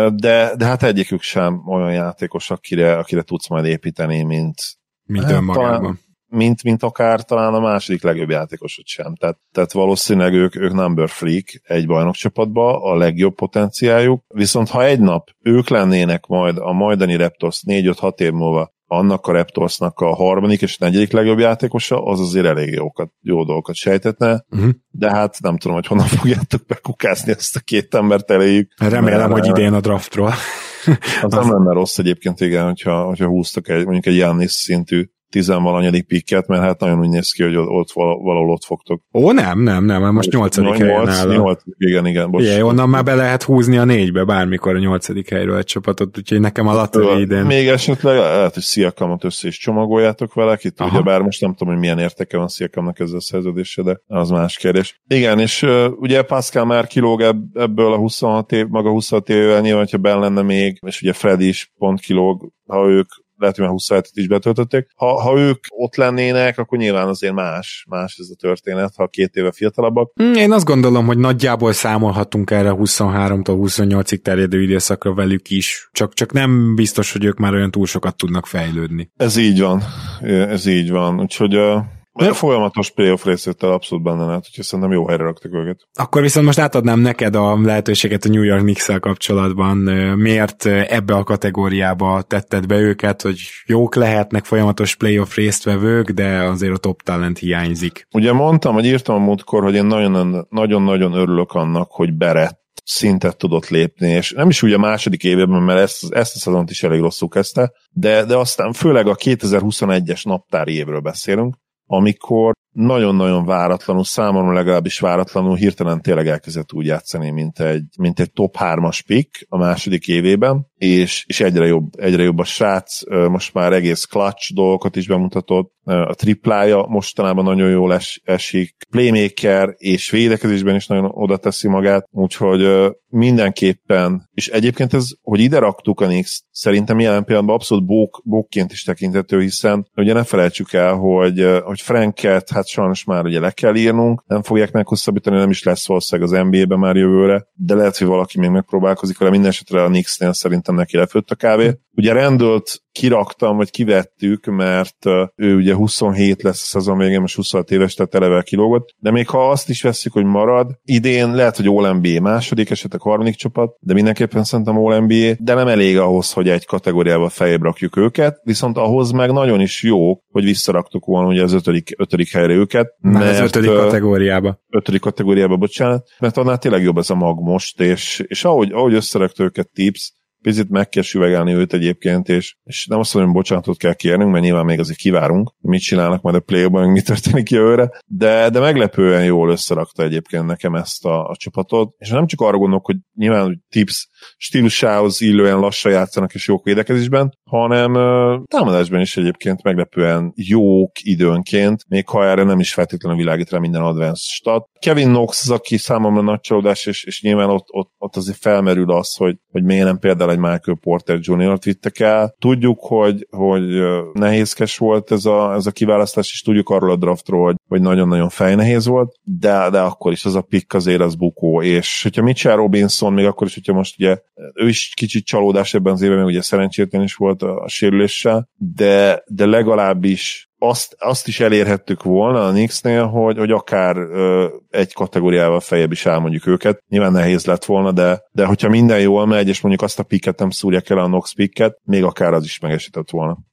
De hát egyikük sem olyan játékos, akire tudsz majd építeni, mint önmagában. Mint akár talán a második legjobb játékosod sem. Tehát valószínűleg ők number freak egy bajnokcsapatba, a legjobb potenciáljuk. Viszont ha egy nap ők lennének majd a majdani Raptors 4-5-6 év múlva annak a Raptorsnak a harmadik és negyedik legjobb játékosa, az azért elég jó dolgokat sejtetne, de hát nem tudom, hogy honnan fogjátok bekukászni ezt a két embert eléjük. Remélem, hogy idén a draftról. Az nem lenne rossz egyébként, igen, hogyha húztak mondjuk egy Giannis szintű 10-valanyadik pikket, mert hát nagyon úgy néz ki, hogy valahol ott fogtok. Ó, nem, most 8. helyen áll. 8, igen, bocs. Igen, onnan már be lehet húzni a 4-be bármikor a 8. helyről egy csapatot, úgyhogy nekem a Latvia idén. Még esetleg lehet, hogy Siakamot össze is csomagoljátok vele, itt ugye bár most nem tudom, hogy milyen értéke van Siakamnak ezzel a szerződése, de az más kérdés. Igen, és ugye Pascal már kilóg ebből a 26 évvel, nyilván, hogyha benn lenne még, és ugye Fred is pont kilóg, ha ők lehet, hogy már 27-et is betöltötték. Ha ők ott lennének, akkor nyilván azért más ez a történet, ha 2 éve fiatalabbak. Én azt gondolom, hogy nagyjából számolhatunk erre 23-tól 28-ig terjedő időszakra velük is, csak nem biztos, hogy ők már olyan túl sokat tudnak fejlődni. Ez így van. Úgyhogy a folyamatos playoff részéttel abszolút benne lehet, úgyhogy szerintem jó helyre raktak őket. Akkor viszont most átadnám neked a lehetőséget a New York Knicks-szel kapcsolatban. Miért ebbe a kategóriába tetted be őket, hogy jók lehetnek folyamatos playoff résztvevők, de azért a top talent hiányzik? Ugye mondtam, hogy írtam a múltkor, hogy én nagyon-nagyon örülök annak, hogy Barrett szintet tudott lépni, és nem is úgy a második évében, mert ezt a szezont is elég rosszul kezdte, de aztán főleg a 2021-es naptári évről beszélünk, amikor nagyon-nagyon váratlanul, számomra legalábbis váratlanul hirtelen tényleg elkezdett úgy játszani, mint egy top 3-as pick a második évében, és egyre jobb a srác, most már egész clutch dolgokat is bemutatott, a triplája mostanában nagyon jól esik, playmaker és védekezésben is nagyon oda teszi magát, úgyhogy mindenképpen, és egyébként ez, hogy ide raktuk a Knicks, szerintem jelen pillanatban abszolút bókként is tekintető, hiszen ugye ne felejtsük el, hogy Franket, hát sajnos már ugye le kell írnunk, nem fogják meghosszabbítani, nem is lesz valószínűleg az NBA-ben már jövőre, de lehet, hogy valaki még megpróbálkozik vele, minden esetre a Knicksnél szerintem neki lefőtt a kávé. Ugye Randallt kiraktam, vagy kivettük, mert ő ugye 27 lesz a szezon végén, most 26 éves, tehát eleve kilógott, de még ha azt is vesszük, hogy marad, idén lehet, hogy All-NBA második, esetleg harmadik csapat, de mindenképpen szerintem All-NBA, de nem elég ahhoz, hogy egy kategóriába feljebb rakjuk őket, viszont ahhoz meg nagyon is jó, hogy visszaraktuk volna ugye az ötödik helyre őket. Mert az 5. kategóriába. 5. kategóriába, bocsánat, mert annál tényleg jobb ez a mag most, és ahogy összerakt őket Tips, picit meg kell süvegelni őt egyébként, és nem azt mondom, hogy bocsánatot kell kérnünk, mert nyilván még azért kivárunk, mit csinálnak majd a play-ban, mi történik jövőre, de meglepően jól összerakta egyébként nekem ezt a csapatot, és nem csak arra gondolok, hogy nyilván hogy Tips stílusához illően lassan játszanak és jók védekezésben, hanem támadásban is egyébként meglepően jók időnként, még ha erre nem is feltétlenül világít rá minden advanced stat. Kevin Knox az, aki számomra nagy csalódás, és nyilván ott azért felmerül az, hogy miért nem például egy Michael Porter Jr.-t vittek el. Tudjuk, hogy nehézkes volt ez a kiválasztás, és tudjuk arról a draftról, hogy nagyon-nagyon fejnehéz volt, de akkor is az a pick azért az bukó, és hogyha Mitchell Robinson, még akkor is, hogyha most ugye ő is kicsit csalódás ebben az évben, mert ugye szerencsétlen is volt a sérüléssel, de legalábbis azt is elérhettük volna a Knicksnél, hogy akár egy kategóriával feljebb is elmondjuk őket. Nyilván nehéz lett volna, de hogyha minden jól megy, és mondjuk azt a picket nem szúrják el a Knox picket, még akár az is megesített volna.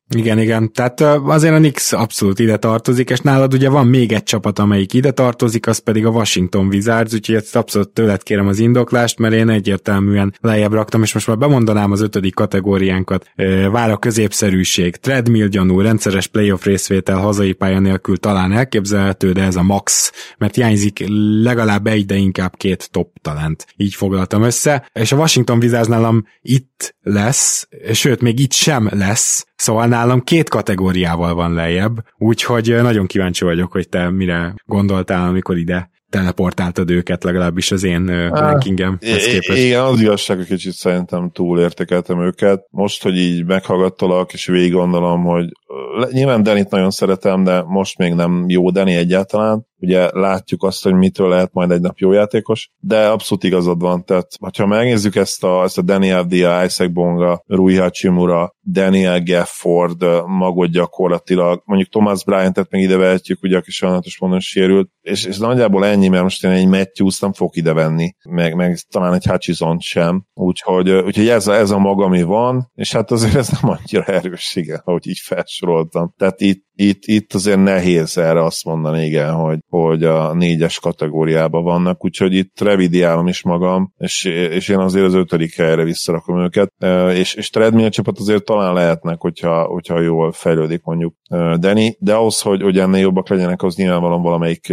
Igen, tehát azért a Knicks abszolút ide tartozik, és nálad ugye van még egy csapat, amelyik ide tartozik, az pedig a Washington Wizards, úgyhogy ezt abszolút tőled kérem az indoklást, mert én egyértelműen lejjebb raktam, és most már bemondanám az 5. kategóriánkat. Vár a középszerűség, treadmill gyanú, rendszeres playoff részvétel, hazai pálya nélkül talán elképzelhető, de ez a max, mert hiányzik legalább egy, de inkább 2 top talent. Így foglaltam össze, és a Washington Wizards nálam itt lesz, sőt, még itt sem lesz, szóval nálam 2 kategóriával van lejjebb, úgyhogy nagyon kíváncsi vagyok, hogy te mire gondoltál, amikor ide teleportáltad őket, legalábbis az én rankingemhez képest. Igen, az igazság, hogy kicsit szerintem túlértékeltem őket. Most, hogy így meghallgattalak, és végig gondolom, hogy nyilván Dannyt nagyon szeretem, de most még nem jó Danny egyáltalán. Ugye látjuk azt, hogy mitől lehet majd egy nap jó játékos, de abszolút igazad van. Tehát, ha megnézzük ezt a Daniel Dia, Isaac Bonga, Rui Hachimura, Daniel Gafford magot gyakorlatilag, mondjuk Thomas Bryantet meg ide vehetjük, ugye, aki sajnálatos módon sérült, és nagyjából ennyi, mert most én egy Matthews nem fog ide venni, meg talán egy Hutchison sem. Úgyhogy ez a maga, ami van, és hát azért ez nem annyira erős, igen, ahogy így felsoroltam. Tehát itt azért nehéz erre azt mondani, igen, hogy a 4-es kategóriában vannak, úgyhogy itt revidiálom is magam, és én azért az 5. helyre visszarakom őket, és treadmill csapat azért talán lehetnek, hogyha jól fejlődik mondjuk Danny, de ahhoz, hogy ennél jobbak legyenek, az nyilvánvalóan valamelyik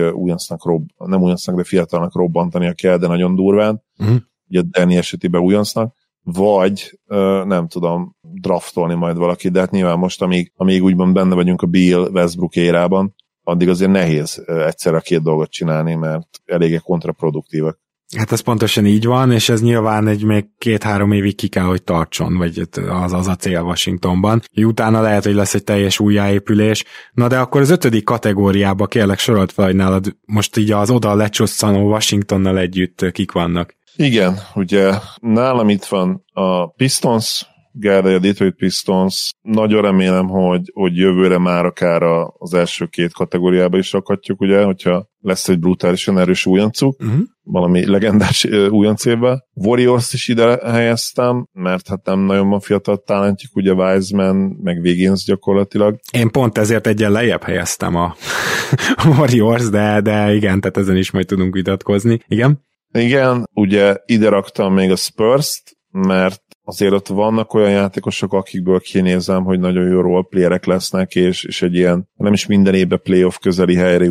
nem újoncnak, de fiatalnak robbantania kell, de nagyon durván, ugye Danny esetében újoncnak, vagy nem tudom, draftolni majd valaki, de hát nyilván most, amíg úgymond benne vagyunk a Beal Westbrook érában, addig azért nehéz egyszerre 2 dolgot csinálni, mert eléggé kontraproduktívak. Hát ez pontosan így van, és ez nyilván még 2-3 évig ki kell, hogy tartson, vagy az a cél Washingtonban. Utána lehet, hogy lesz egy teljes újjáépülés. Na de akkor az 5. kategóriába kérlek sorolt fel, hogy nálad most így az oda lecsusszanó Washingtonnal együtt kik vannak. Igen, ugye nálam itt van a Pistons, Gárdai, a Detroit Pistons. Nagyon remélem, hogy jövőre már akár az első 2 kategóriába is rakhatjuk, ugye, hogyha lesz egy brutálisan erős újoncuk, valami legendás újoncével. Warriors is ide helyeztem, mert hát nem nagyon van fiatal talentjük, ugye Wiseman, meg Wiggins gyakorlatilag. Én pont ezért egyen lejjebb helyeztem a Warriors, de igen, tehát ezen is majd tudunk vitatkozni. Igen, ugye ide raktam még a Spurs-t, mert azért ott vannak olyan játékosok, akikből kinézem, hogy nagyon jó roleplayerek lesznek, és egy ilyen, nem is minden évben playoff közeli helyre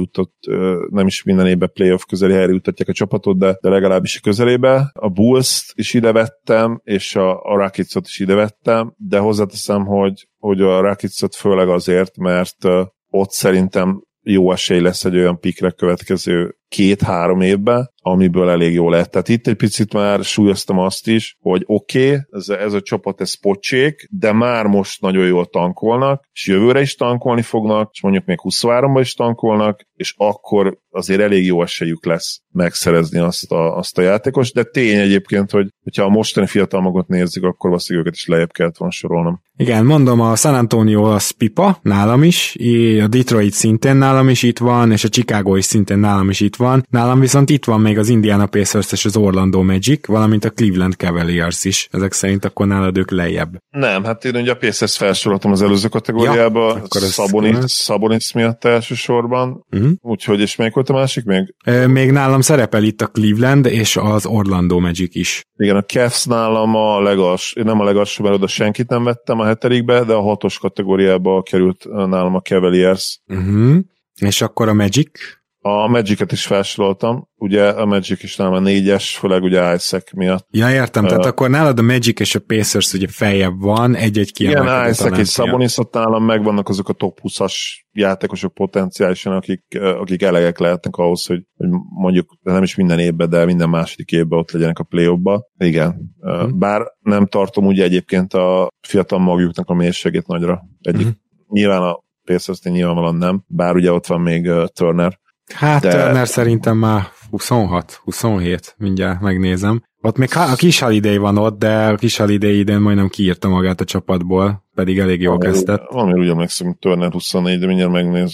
jutatják a csapatot, de legalábbis a közelébe. A Bulls-t is ide vettem, és a Rockets-ot is ide vettem, de hozzáteszem, hogy a Rockets-ot főleg azért, mert ott szerintem jó esély lesz egy olyan pikre következő 2-3 évben, amiből elég jó lett. Tehát itt egy picit már súlyoztam azt is, hogy oké, ez a csapat, ez pocsék, de már most nagyon jól tankolnak, és jövőre is tankolni fognak, és mondjuk még 23-ban is tankolnak, és akkor azért elég jó esélyük lesz megszerezni azt a játékos, de tény egyébként, hogyha a mostani fiatal magot nézzük, akkor valószínűleg őket is lejjebb kellett volna sorolnom. Igen, mondom, a San Antonio az pipa, nálam is, a Detroit szintén nálam is itt van, és a Chicago is szintén nálam is itt van. Nálam viszont itt van még az Indiana Pacers és az Orlando Magic, valamint a Cleveland Cavaliers is. Ezek szerint akkor nálad ők lejjebb. Nem, hát én ugye a Pacers felsoroltam az előző kategóriába, Sabonis miatt elsősorban, úgyhogy, és melyik volt a másik még? Még nálam szerepel itt a Cleveland és az Orlando Magic is. Igen, a Cavs nálam nem a legalsó, mert oda senkit nem vettem a 7-be, de a 6-os kategóriába került nálam a Cavaliers. És akkor a Magic? A Magic-et is felsoroltam, ugye a Magic is nálam a 4-es, főleg ugye Isaac miatt. Ja, értem, tehát akkor nálad a Magic és a Pacers ugye feljebb van, egy-egy kiemelkedő talán. Igen, Isaac és Sabonis ott nálam megvannak azok a top 20-as játékosok potenciálisan, akik elegek lehetnek ahhoz, hogy mondjuk nem is minden évben, de minden második évben ott legyenek a play-offba. Igen. Bár nem tartom ugye egyébként a fiatal magjuknak a mélységét nagyra. Nyilván a Pacers-nél nyilvánvalóan nem, bár ugye ott van még Turner. Hát Turner szerintem már 26-27, mindjárt megnézem. Ott még a kis Holiday van ott, de a kis Holiday idén majdnem kiírta magát a csapatból, pedig elég jól kezdett. Valami úgy emlékszem, Turner 24, de mindjárt megnézem.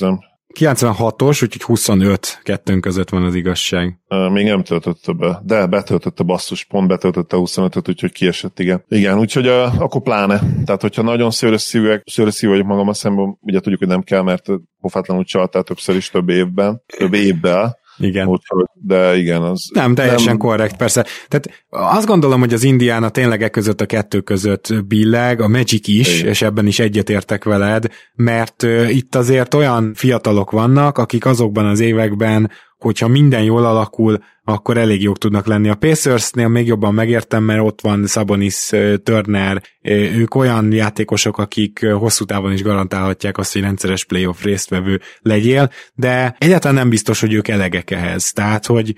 96-os, úgyhogy 25 kettőnk között van az igazság. Még nem töltötte be, de betöltötte basszus, pont betöltötte 25-öt, úgyhogy kiesett, igen. Igen, úgyhogy akkor pláne. Tehát, hogyha nagyon szőrösszívű vagyok magam szemben, ugye tudjuk, hogy nem kell, mert pofátlanul csaltál többször is több évben. Igen. Úgyhogy, de igen, az... Nem, teljesen korrekt, persze. Tehát azt gondolom, hogy az Indiana tényleg között a kettő között billeg, a Magic is, igen. És ebben is egyetértek veled, mert itt azért olyan fiatalok vannak, akik azokban az években, hogyha minden jól alakul, akkor elég jók tudnak lenni. A Pacersnél még jobban megértem, mert ott van Sabonis, Turner, ők olyan játékosok, akik hosszú távon is garantálhatják azt, hogy rendszeres playoff résztvevő legyél, de egyáltalán nem biztos, hogy ők elegek ehhez. Tehát, hogy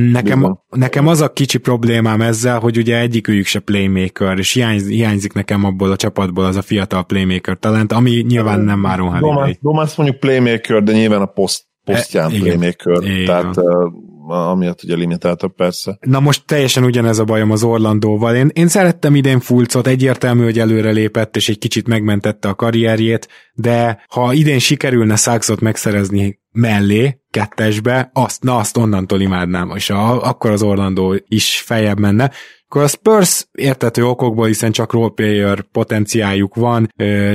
nekem az a kicsi problémám ezzel, hogy ugye egyikőjük se playmaker, és hiányzik nekem abból a csapatból az a fiatal playmaker talent, ami nyilván nem Máron Holiday. Domász mondjuk playmaker, de nyilván a posztján playmaker, tehát amiatt ugye limitáltabb persze. Na most teljesen ugyanez a bajom az Orlandóval. Én szerettem idén Fulcot, egyértelmű, hogy előre lépett, és egy kicsit megmentette a karrierjét, de ha idén sikerülne Suggsot megszerezni mellé, kettesbe, azt onnantól imádnám, és akkor az Orlandó is feljebb menne. Akkor a Spurs értető okokból, hiszen csak roleplayer potenciáljuk van,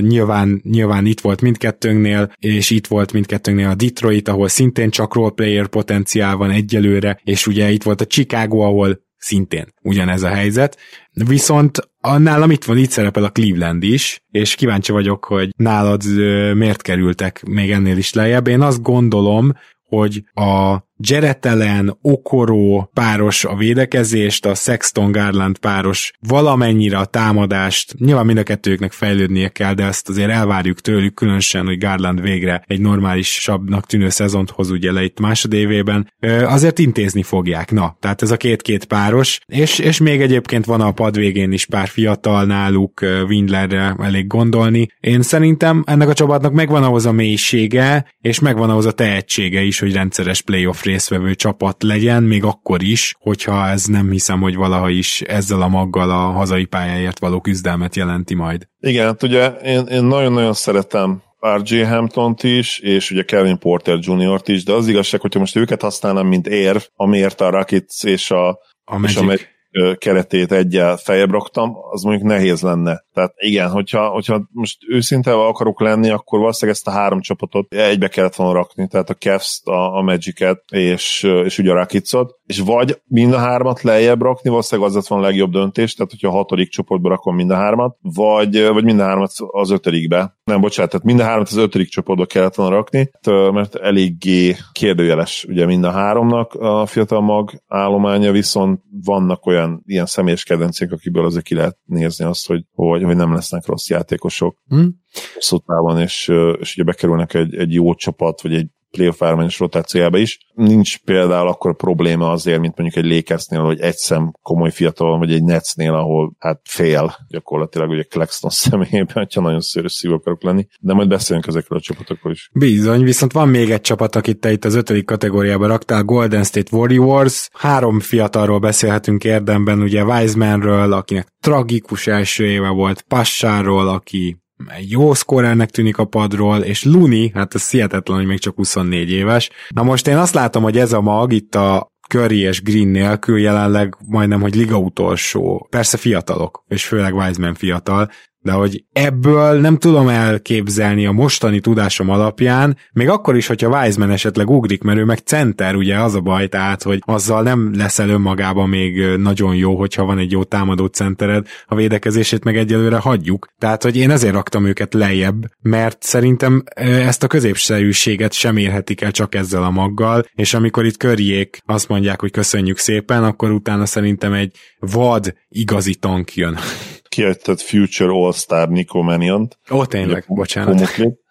nyilván itt volt mindkettőnknél, és itt volt mindkettőnknél a Detroit, ahol szintén csak roleplayer potenciál van egyelőre, és ugye itt volt a Chicago, ahol szintén ugyanez a helyzet. Viszont nálam itt szerepel a Cleveland is, és kíváncsi vagyok, hogy nálad miért kerültek még ennél is lejjebb. Én azt gondolom, hogy a Jarrett Allen, Okoro páros a védekezést, a Sexton Garland páros valamennyire a támadást, nyilván mind a kettőjüknek fejlődnie kell, de ezt azért elvárjuk tőlük, különösen, hogy Garland végre egy normálisabbnak tűnő szezont hoz ugye le itt másodévében, azért intézni fogják. Na, tehát ez a két páros, és még egyébként van a pad végén is pár fiatal náluk, Windlerre elég gondolni. Én szerintem ennek a csapatnak megvan ahhoz a mélysége, és megvan ahhoz a tehetsége is, hogy rendszeres playoff részvevő csapat legyen, még akkor is, hogyha ez nem hiszem, hogy valaha is ezzel a maggal a hazai pályáért való küzdelmet jelenti majd. Igen, hát ugye én nagyon-nagyon szeretem R.J. Hamptont is, és ugye Kevin Porter Jr.-t is, de az igazság, hogyha most őket használnám, mint érv, amiért a Rockets és a Magic keretét egyel feljebb raktam, az mondjuk nehéz lenne. Tehát igen, hogyha most őszinte akarok lenni, akkor valószínűleg ezt a három csapatot egybe kellett volna rakni, tehát a Cavs-t, a Magic-et és ugye a Rockets-ot, és vagy mind a hármat lejjebb rakni, valószínűleg az lett volna a legjobb döntés, tehát hogyha a hatodik csoportba rakom mind a hármat, vagy mind a hármat az ötödikbe. Nem, bocsánat, tehát mind a hármat az ötödik csoportba kellett volna rakni, mert eléggé kérdőjeles ugye mind a háromnak a fiatal mag állománya, viszont vannak ilyen személyes kedvencék, akiből azért ki lehet nézni azt, hogy nem lesznek rossz játékosok hosszú távon, és ugye bekerülnek egy jó csapat, vagy egy playoff ármányos rotációjába is. Nincs például akkor probléma azért, mint mondjuk egy Lakersnél, vagy egy szem komoly fiatal, vagy egy Netsnél, ahol hát fél gyakorlatilag ugye Claxton személyében, hogyha nagyon szívű akarok lenni, de majd beszélünk ezekről a csapatokról is. Bizony, viszont van még egy csapat, akit te itt az 5. kategóriába raktál, Golden State Warriors. 3 fiatalról beszélhetünk érdemben, ugye Wisemanről, akinek tragikus első éve volt, Passáról, aki egy jó szkórernek tűnik a padról, és Looney, hát ez hihetetlen, hogy még csak 24 éves. Na most én azt látom, hogy ez a mag itt a Curry és Green nélkül jelenleg majdnem, hogy liga utolsó. Persze fiatalok, és főleg Wiseman fiatal, de hogy ebből nem tudom elképzelni a mostani tudásom alapján, még akkor is, hogyha Wiseman esetleg ugrik, mert ő meg center, ugye az a baj, tehát, hogy azzal nem leszel önmagában még nagyon jó, hogyha van egy jó támadó centered, a védekezését meg egyelőre hagyjuk. Tehát, hogy én ezért raktam őket lejjebb, mert szerintem ezt a középszerűséget sem érhetik el csak ezzel a maggal, és amikor itt Curryék azt mondják, hogy köszönjük szépen, akkor utána szerintem egy vad igazi tank jön. Kiejtett Future All-Star Nico Mannion-t. Ó, tényleg, bocsánat.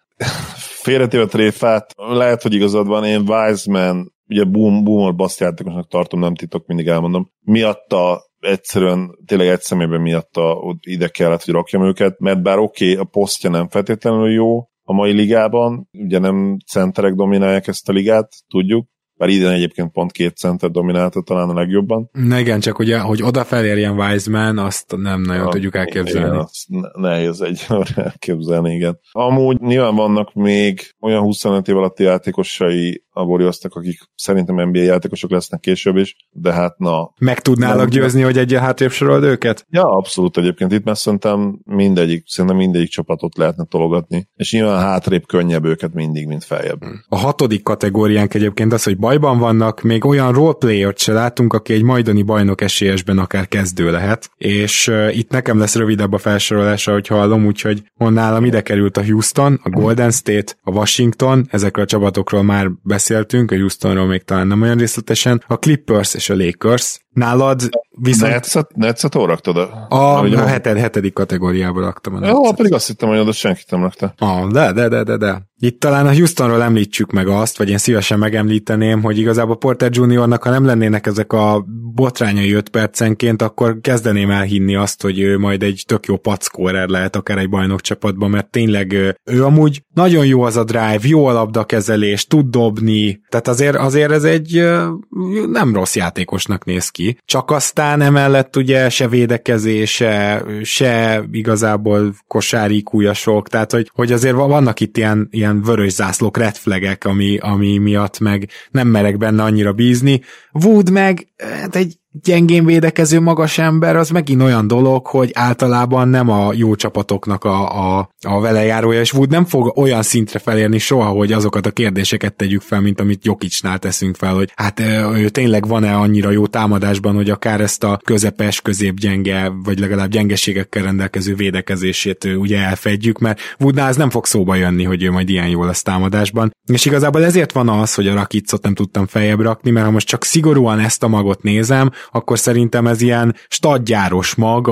Félretéve tréfát, lehet, hogy igazad van, én Wiseman, ugye Boomol basszjátékosnak tartom, nem titok, mindig elmondom, miatta egyszerűen, tényleg egy szemében miatta ide kellett, hogy rakjam őket, mert bár oké, a posztja nem feltétlenül jó a mai ligában, ugye nem centerek dominálják ezt a ligát, tudjuk, bár idén egyébként pont 2 centet dominálta talán a legjobban. Na igen, csak ugye, hogy odafelérjen Wiseman, azt nem nagyon tudjuk elképzelni. Igen, azt nehéz egyelőre elképzelni, igen. Amúgy nyilván vannak még olyan 25 év alatti játékosai a Warriorsnak, akik szerintem NBA játékosok lesznek később is, de hát na. Meg tudnálak győzni, hogy egyen hátrébb sorold őket? Ja, abszolút egyébként. Itt már szerintem mindegyik csapatot lehetne tologatni, és nyilván hátrébb könnyebb őket mindig, mint feljebb. A 6. kategóriánk egyébként az, hogy bajban vannak, még olyan roleplayert se látunk, aki egy majdani bajnok esélyesben akár kezdő lehet, és itt nekem lesz rövidebb a felsorolása, hogy hallom, úgyhogy nálam ide került a Houston, a Golden State, a Washington, ezekről a csapatokról már beszéltünk, a Houstonról még talán nem olyan részletesen, a Clippers és a Lakers. Nálad viszont... Netszet raktad? A 7. kategóriába raktam a Netszet. Jó, pedig azt hittem, hogy oda senkit nem rakta. De. Itt talán a Houstonról említsük meg azt, vagy én szívesen megemlíteném, hogy igazából Porter Juniornak, ha nem lennének ezek a botrányai 5 percenként, akkor kezdeném elhinni azt, hogy ő majd egy tök jó padszkórer lehet akár egy bajnokcsapatban, mert tényleg ő amúgy nagyon jó az a drive, jó a labdakezelés, tud dobni, tehát azért ez egy nem rossz játékosnak néz ki. Csak aztán emellett ugye se védekezése, se igazából kosári kújasok, tehát hogy azért vannak itt ilyen vörös zászlók, red flagek, ami miatt meg nem merek benne annyira bízni. Wood meg hát egy gyengén védekező magas ember, az megint olyan dolog, hogy általában nem a jó csapatoknak a velejárója, és Wood nem fog olyan szintre felérni soha, hogy azokat a kérdéseket tegyük fel, mint amit Jokicsnál teszünk fel, hogy hát ő tényleg van-e annyira jó támadásban, hogy akár ezt a közepes, középgyenge, vagy legalább gyengeségekkel rendelkező védekezését ugye elfedjük, mert Woodnál ez nem fog szóba jönni, hogy ő majd ilyen jó lesz támadásban. És igazából ezért van az, hogy a Rakicot nem tudtam feljebb rakni, mert ha most csak szigorúan ezt a magot nézem, akkor szerintem ez ilyen stadgyáros mag,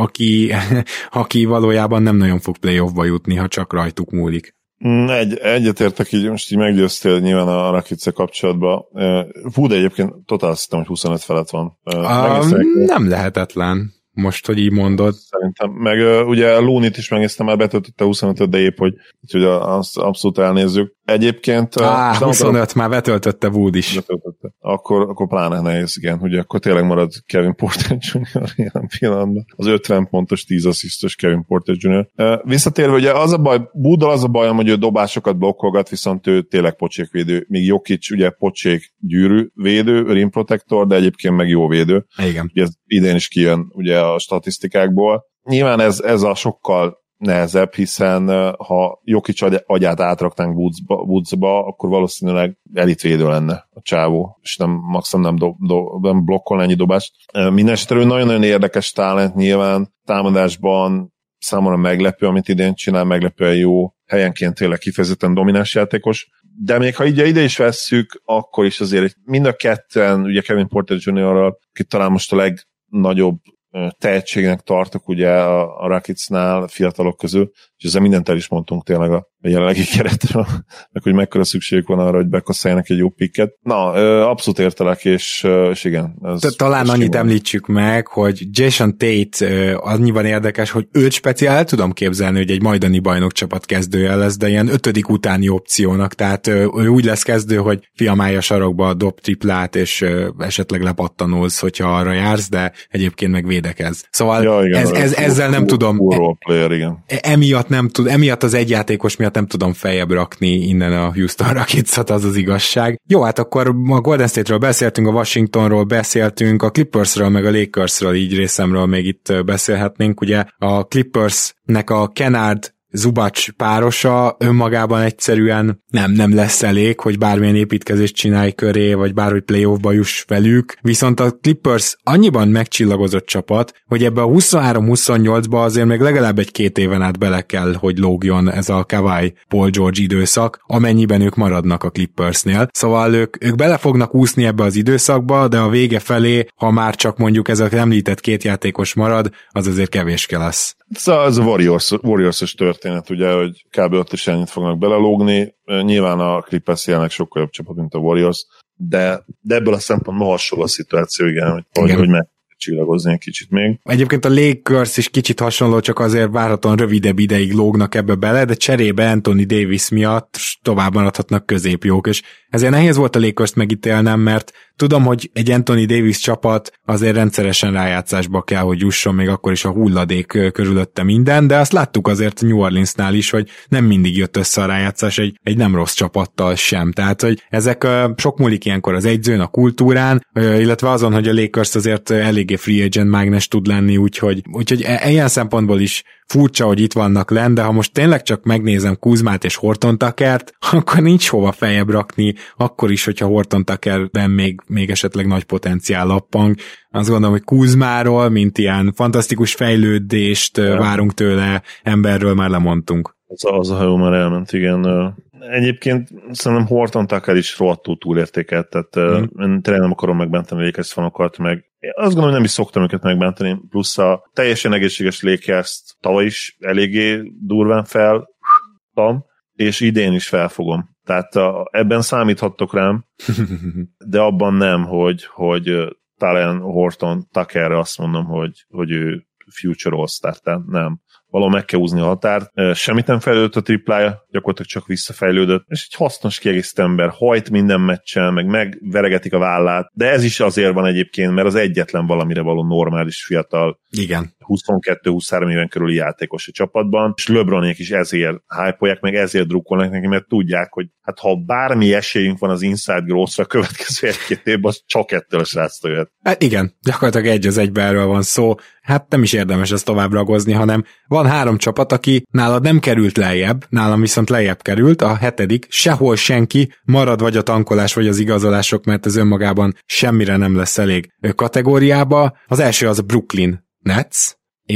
aki valójában nem nagyon fog playoffba jutni, ha csak rajtuk múlik. Egyetértek, így most így meggyőztél nyilván a Rakic kapcsolatban. Wood egyébként totál azt hittem, hogy 25 felett van. Nem lehetetlen. Most, hogy így mondod. Szerintem. Meg ugye Looney-t is megnéztem, már betöltötte 25-öt, de épp, hogy azt abszolút elnézzük. Egyébként... 25, már betöltötte Wood is. Betöltötte. Akkor pláne nehéz, igen. Ugye akkor tényleg marad Kevin Porter Jr. ilyen pillanatban. Az 50 pontos, 10 asszisztos Kevin Porter Jr. Visszatérve, ugye az a baj, Wooddal az a bajom, hogy ő dobásokat blokkolgat, viszont ő tényleg pocsékvédő. Míg Jokic ugye pocsék gyűrű védő, rim protector, de egyébként meg jó védő. Igen. Ugye ez idén is kijön ugye a statisztikákból. Nyilván ez a sokkal nehezebb, hiszen ha Jokic agyát átraknánk Woodsba, akkor valószínűleg elitvédő lenne a csávó, és nem blokkolna ennyi dobást. Mindenesetre ő nagyon-nagyon érdekes talent nyilván, támadásban számomra meglepő, amit idén csinál, meglepően jó, helyenként tényleg kifejezetten domináns játékos, de még ha ide is vesszük, akkor is azért mind a ketten, ugye Kevin Porter Jr.-ral, aki talán most a legnagyobb tehetségnek tartok ugye a Rakicnál fiatalok közül, és ezzel mindent el is mondtunk tényleg a jelenlegi keretről, meg hogy mekkora szükségük van arra, hogy bekasszáljanak egy jó pikket. Na, abszolút értelek, és igen. Talán annyit említsük meg, hogy Jason Tate annyiban érdekes, hogy őt speciál el tudom képzelni, hogy egy majdani bajnokcsapat kezdője lesz, de ilyen 5. utáni opciónak, tehát ő úgy lesz kezdő, hogy fiamálj a sarokba, dob triplát, és esetleg lepattanolsz, hogyha arra jársz, de egyébként meg védekez. Szóval ja, igen, ezzel nem tudom. Player, igen. Emiatt az egyjátékos miatt nem tudom feljebb rakni innen a Houston Rockets-ot, az igazság. Jó, hát akkor a Golden State-ről beszéltünk, a Washingtonról beszéltünk, a Clippersről meg a Lakersről így részemről még itt beszélhetnénk. Ugye a Clippersnek a Kennard Zubac párosa önmagában egyszerűen nem lesz elég, hogy bármilyen építkezést csinálj köré, vagy bárhogy playoffba juss velük, viszont a Clippers annyiban megcsillagozott csapat, hogy ebbe a 23-28-ba azért még legalább 1-2 éven át bele kell, hogy lógjon ez a Kawhi Paul George időszak, amennyiben ők maradnak a Clippersnél. Szóval ők bele fognak úszni ebbe az időszakba, de a vége felé, ha már csak mondjuk ez a említett 2 játékos marad, az azért kevéske lesz. Ez a Warriors-os történet, ugye, hogy kb. Ott is ennyit fognak belelógni. Nyilván a Clippers jelenleg sokkal jobb csapat, mint a Warriors, de ebből a szempontból hasonló a szituáció, igen, hogy csillagozni egy kicsit még. Egyébként a Lakers is kicsit hasonló, csak azért várhatóan rövidebb ideig lógnak ebbe bele, de cserébe Anthony Davis miatt tovább maradhatnak középjók, és ezért nehéz volt a Lakers-t megítélnem, mert tudom, hogy egy Anthony Davis csapat azért rendszeresen rájátszásba kell, hogy jusson, még akkor is a hulladék körülötte minden, de azt láttuk azért New Orleansnál is, hogy nem mindig jött össze a rájátszás egy nem rossz csapattal sem. Tehát, hogy ezek sok múlik ilyenkor az edzőn, a kultúrán, illetve azon, hogy a Lakers azért eléggé free agent mágnes tud lenni, úgyhogy ilyen szempontból is furcsa, hogy itt vannak lenn, de ha most tényleg csak megnézem Kuzmát és Horton Tuckert, akkor nincs hova feljebb rakni, akkor is, hogyha Horton Tuckerben még esetleg nagy potenciál lappang. Azt gondolom, hogy Kuzmáról, mint ilyen fantasztikus fejlődést várunk tőle, emberről már lemondtunk. Az a hajó már elment, igen. Egyébként szerintem Horton Tucker is rohadtul túlértékelt, tehát én tényleg nem akarom megbántani a Lakers fanokat, meg én azt gondolom, hogy nem is szoktam őket megbántani, plusz a teljesen egészséges Lakers-t tavaly is eléggé durván feltam, és idén is felfogom. Tehát ebben számíthattok rám, de abban nem, hogy talán Horton Tuckerre azt mondom, hogy ő future all-star, tehát nem. Valahol meg kell húzni a határt. Semmit nem fejlődött a triplája, gyakorlatilag csak visszafejlődött, és egy hasznos kiegészítő ember, hajt minden meccsen, meg megveregetik a vállát, de ez is azért van egyébként, mert az egyetlen valamire való normális fiatal, igen, 22-23 éven körüli játékos a csapatban, és LeBronék is ezért hype-olják, meg ezért drukkolnak neki, mert tudják, hogy hát ha bármi esélyünk van az inside growth-ra a következő egy-két évben, az csak ettől a sráctól jöhet. Hát igen, gyakorlatilag egy az egyben erről van szó. Hát nem is érdemes ezt tovább ragozni, hanem van 3 csapat, aki nálad nem került lejjebb, nálam viszont lejjebb került, a 7. sehol senki, marad vagy a tankolás, vagy az igazolások, mert ez önmagában semmire nem lesz elég kategóriába. Az első az a Brooklyn Nets,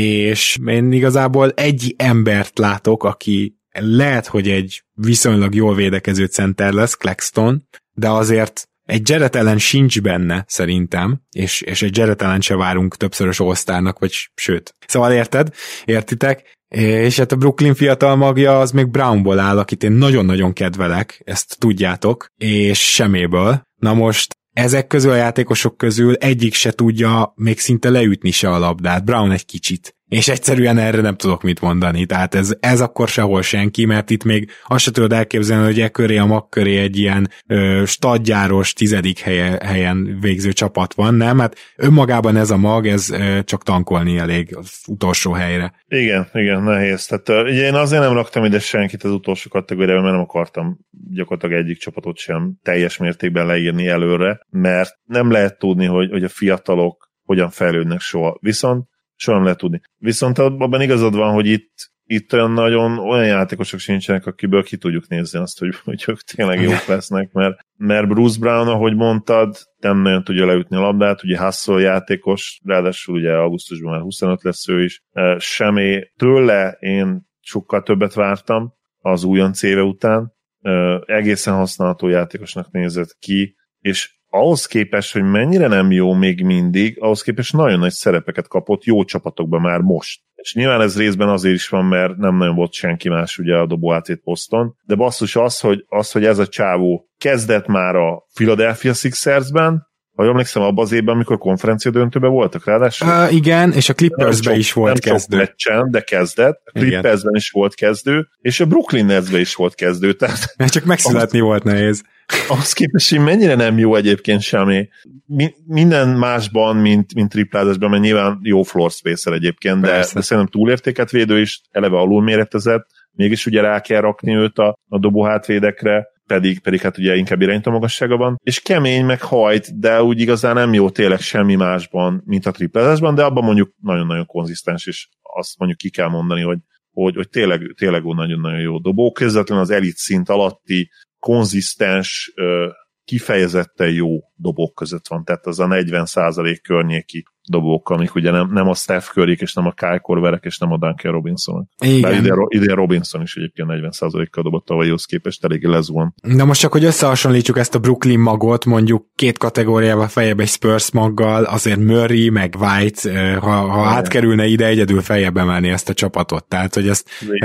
és én igazából egy embert látok, aki lehet, hogy egy viszonylag jól védekező center lesz, Claxton, de azért egy Jarrett Allen sincs benne, szerintem, és egy Jarrett Allen se várunk többszörös all-starnak, vagy sőt. Szóval értitek? És hát a Brooklyn fiatal magja az még Brownból áll, akit én nagyon-nagyon kedvelek, ezt tudjátok, és semméből. Na most ezek közül a játékosok közül egyik se tudja még szinte leütni se a labdát, Brown egy kicsit. És egyszerűen erre nem tudok mit mondani, tehát ez akkor sehol senki, mert itt még azt se tudod elképzelni, hogy köré a mag köré egy ilyen stadgyáros 10. helyen végző csapat van, nem? Hát önmagában ez a mag, ez csak tankolni elég az utolsó helyre. Igen, nehéz. Tehát ugye én azért nem raktam ide senkit az utolsó kategóriában, mert nem akartam gyakorlatilag egyik csapatot sem teljes mértékben leírni előre, mert nem lehet tudni, hogy a fiatalok hogyan fejlődnek soha. Viszont soha nem lehet tudni. Viszont abban igazad van, hogy itt olyan játékosok sincsenek, akiből ki tudjuk nézni azt, hogy ők tényleg jók lesznek, mert Bruce Brown, ahogy mondtad, nem nagyon tudja leütni a labdát, ugye Hustle játékos, ráadásul ugye augusztusban már 25 lesz ő is. Semmi tőle én sokkal többet vártam az újonc éve után. Egészen használható játékosnak nézett ki, és ahhoz képest, hogy mennyire nem jó még mindig, ahhoz képest nagyon nagy szerepeket kapott jó csapatokban már most. És nyilván ez részben azért is van, mert nem nagyon volt senki más ugye a dobóátét poszton, de basszus hogy ez a csávó kezdett már a Philadelphia Sixersben, ha jól emlékszem, abban az évben, amikor konferencia döntőben voltak ráadásul. Igen, és a Clippersben is volt kezdő. Nem sok meccsen, de kezdett. A Clippersben is volt kezdő, és a Brooklyn Netsben is volt kezdő. Tehát csak megszületni volt nehéz. Ahhoz képest, hogy mennyire nem jó egyébként semmi. Minden másban, mint triplázásban, mert nyilván jó floor spacer egyébként, de szerintem túlértéket védő is, eleve alulméretezett, mégis ugye rá kell rakni őt a dobóhátvédekre, pedig hát ugye inkább irányító magassága van, és kemény meg hajt, de úgy igazán nem jó tényleg semmi másban, mint a triplázásban, de abban mondjuk nagyon-nagyon konzisztens, és azt mondjuk ki kell mondani, hogy tényleg nagyon-nagyon jó dobó, közvetlenül az elit szint alatti konzisztens, kifejezetten jó dobók között van, tehát az a 40% környéki dobók, amik ugye nem a Steph Curryk, és nem a Kyle Korverek, és nem a Duncan Robinsonok. Bár idén Robinson is egyébként 40%-kal dobott tavalyhoz képest, eléggé lezuhan. Na most csak, hogy összehasonlítsuk ezt a Brooklyn magot, mondjuk 2 kategóriával feljebb egy Spurs maggal, azért Murray, meg White, ha átkerülne ide, egyedül feljebb emelni ezt a csapatot. Tehát, hogy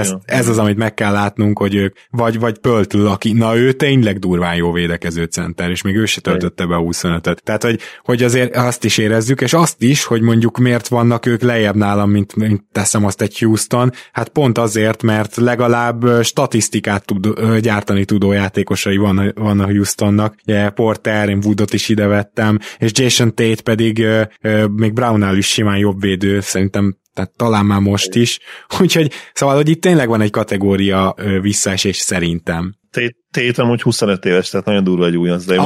ez az, amit meg kell látnunk, hogy ők, vagy Pöltl, aki, na ő tényleg durván jó védekező center, és még ő se töltötte be a 25-öt. Tehát, hogy azért azt is érezzük, és azt is, hogy mondjuk miért vannak ők lejjebb nálam, mint teszem azt egy Houston, hát pont azért, mert legalább statisztikát gyártani tudó játékosai van a Houstonnak. Yeah, Porter, én Woodot is ide vettem, és Jason Tate pedig még Brownnál is simán jobb védő, szerintem, tehát talán már most is. Úgyhogy szóval, hogy itt tényleg van egy kategória visszaesés szerintem. Tate amúgy 25 éves, tehát nagyon durva egy újonc, de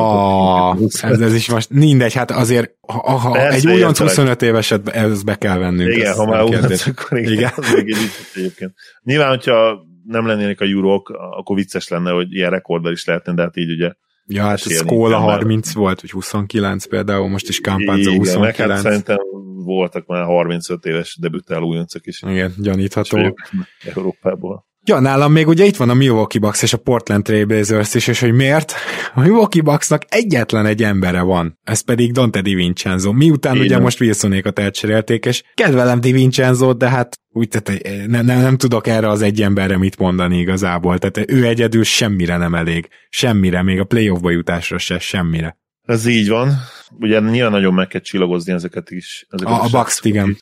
ez is most mindegy, hát azért ha egy újonc 25 éveset ez be kell vennünk. Igen, ha már újonc, akkor igen. Az még egyébként. Nyilván, hogyha nem lennének a Eurók, akkor vicces lenne, hogy ilyen rekorddal is lehetne, de hát így ugye ja, hát Scola 30 volt, vagy 29 például, most is Campazzo 29. Igen, hát szerintem voltak már 35 éves debütáló újoncok is. Igen, gyanítható. Európából. Ja, nálam még ugye itt van a Milwaukee Bucks és a Portland Trail Blazers is, és hogy miért? A Milwaukee Bucksnak egyetlen egy embere van, ez pedig Dante DiVincenzo. Miután ugye most Wilsonékat elcserélték, és kedvelem DiVincenzo, de hát úgy, tehát nem tudok erre az egy emberre mit mondani igazából, tehát ő egyedül semmire nem elég. Semmire, még a playoffba jutásra se, semmire. Ez így van. Ugye nyilván nagyon meg kell csillagozni ezeket is. A Bucks-t, igen.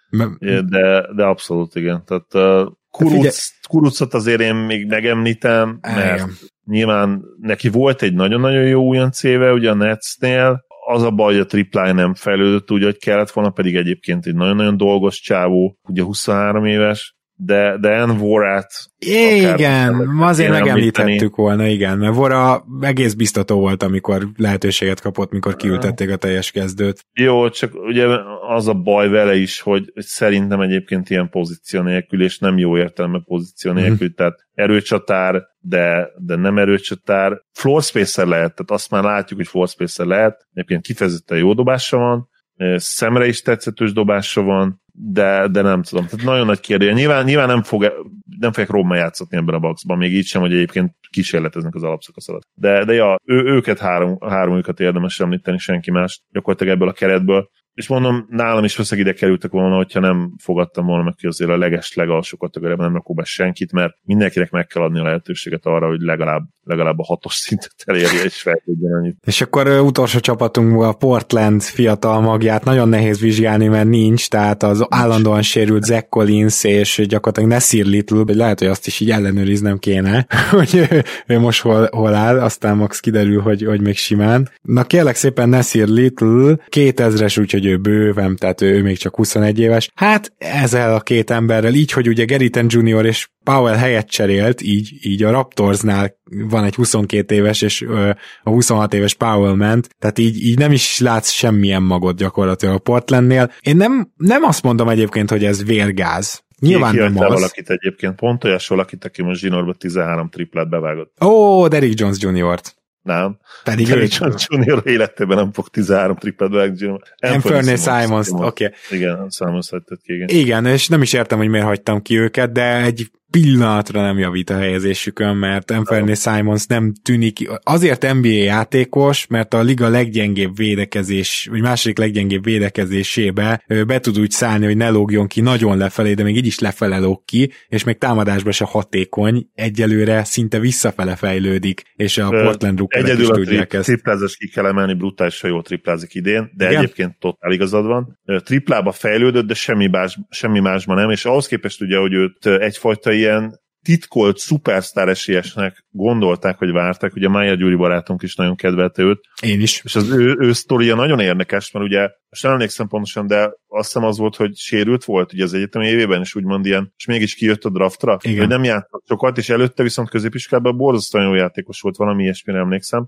De abszolút igen. Tehát Kurucot azért én még megemlítem, mert nyilván neki volt egy nagyon-nagyon jó újonc éve, ugye a Netsnél, az a baj, hogy a triplája nem fejlődött úgy, hogy kellett volna, pedig egyébként egy nagyon-nagyon dolgos csávó, ugye 23 éves, de Envorát igen, azért megemlítettük volna, igen, mert Vora egész biztató volt, amikor lehetőséget kapott, mikor kiültették a teljes kezdőt. Jó, csak ugye az a baj vele is, hogy szerintem egyébként ilyen pozíció nélkül, és nem jó értelme pozíció nélkül, tehát erőcsatár, de nem erőcsatár. Floor spacer lehet, tehát azt már látjuk, hogy floor spacer lehet, egyébként kifejezetten jó dobása van, szemre is tetszetős dobása van, de nem tudom. Tehát nagyon nagy kérdés. Nyilván nem fogják rommá játszatni ebben a Bucksban, még így sem, hogy egyébként kísérleteznek az alapszakasz alatt. De ja, őket három őket érdemes említeni, senki más gyakorlatilag ebből a keretből. És mondom, nálam is összeg ide kerültek volna, hogyha nem fogadtam volna meg ki azért a legalsó kategóriában nem rakok be senkit, mert mindenkinek meg kell adni a lehetőséget arra, hogy legalább a 6-os szintet elérje és fejlődjön annyit. És akkor utolsó csapatunk a Portland fiatal magját nagyon nehéz vizsgálni, mert nincs, tehát az állandóan sérült Zach Collins és gyakorlatilag Nasir Little, vagy lehet, hogy azt is így ellenőriznem kéne, hogy ő most hol áll, aztán max kiderül, hogy még simán. Na kérlek szépen Nasir Little 2000-es, úgyhogy ő bőven, tehát ő még csak 21 éves. Hát ezzel a két emberrel, így, hogy ugye Gary Trent Jr. és Powell helyet cserélt, így a Raptorsnál van egy 22 éves, és a 26 éves Powell ment, tehát így nem is látsz semmilyen magot gyakorlatilag a Portlandnél. Én nem azt mondom egyébként, hogy ez vérgáz. Nyilván nem az. Valakit egyébként, pont olyas valakit, aki most zsinórba 13 triplát bevágott. Derrick Jones Jr.-t. Nem. Derrick Jones Jr. életében nem fog 13 triplát bevágni. Anthony Simons, oké. Igen, Simons hagytad ki, igen. Igen, és nem is értem, hogy miért hagytam ki őket, de egy pillanatra nem javít a helyezésükön, mert Anthony Simons nem tűnik, azért NBA játékos, mert a liga leggyengébb védekezés, vagy második leggyengébb védekezésébe be tud úgy szállni, hogy ne lógjon ki nagyon lefelé, de még így is lefele lóg ki, és még támadásban se hatékony, egyelőre szinte visszafele fejlődik, és a Portland Rookerek is tudják ezt. Triplázás ki kell emelni, brutálisan jól triplázik idén, de igen? Egyébként totál igazad van. Triplába fejlődött, de semmi másban nem, és ahhoz képest ugye, hogy őt egyfajta ilyen titkolt szupersztár esélyesnek gondolták, hogy várták, ugye Mája Gyuri barátunk is nagyon kedvelte őt. Én is. És az ő sztoria nagyon érdekes, mert ugye, most nem emlékszem pontosan, de azt hiszem az volt, hogy sérült volt ugye az egyetemi évében, és úgymond ilyen, és mégis kijött a draftra, igen. Hogy nem játszott sokat, és előtte viszont középiskolában borzasztóan jó játékos volt, valami ilyesmire emlékszem,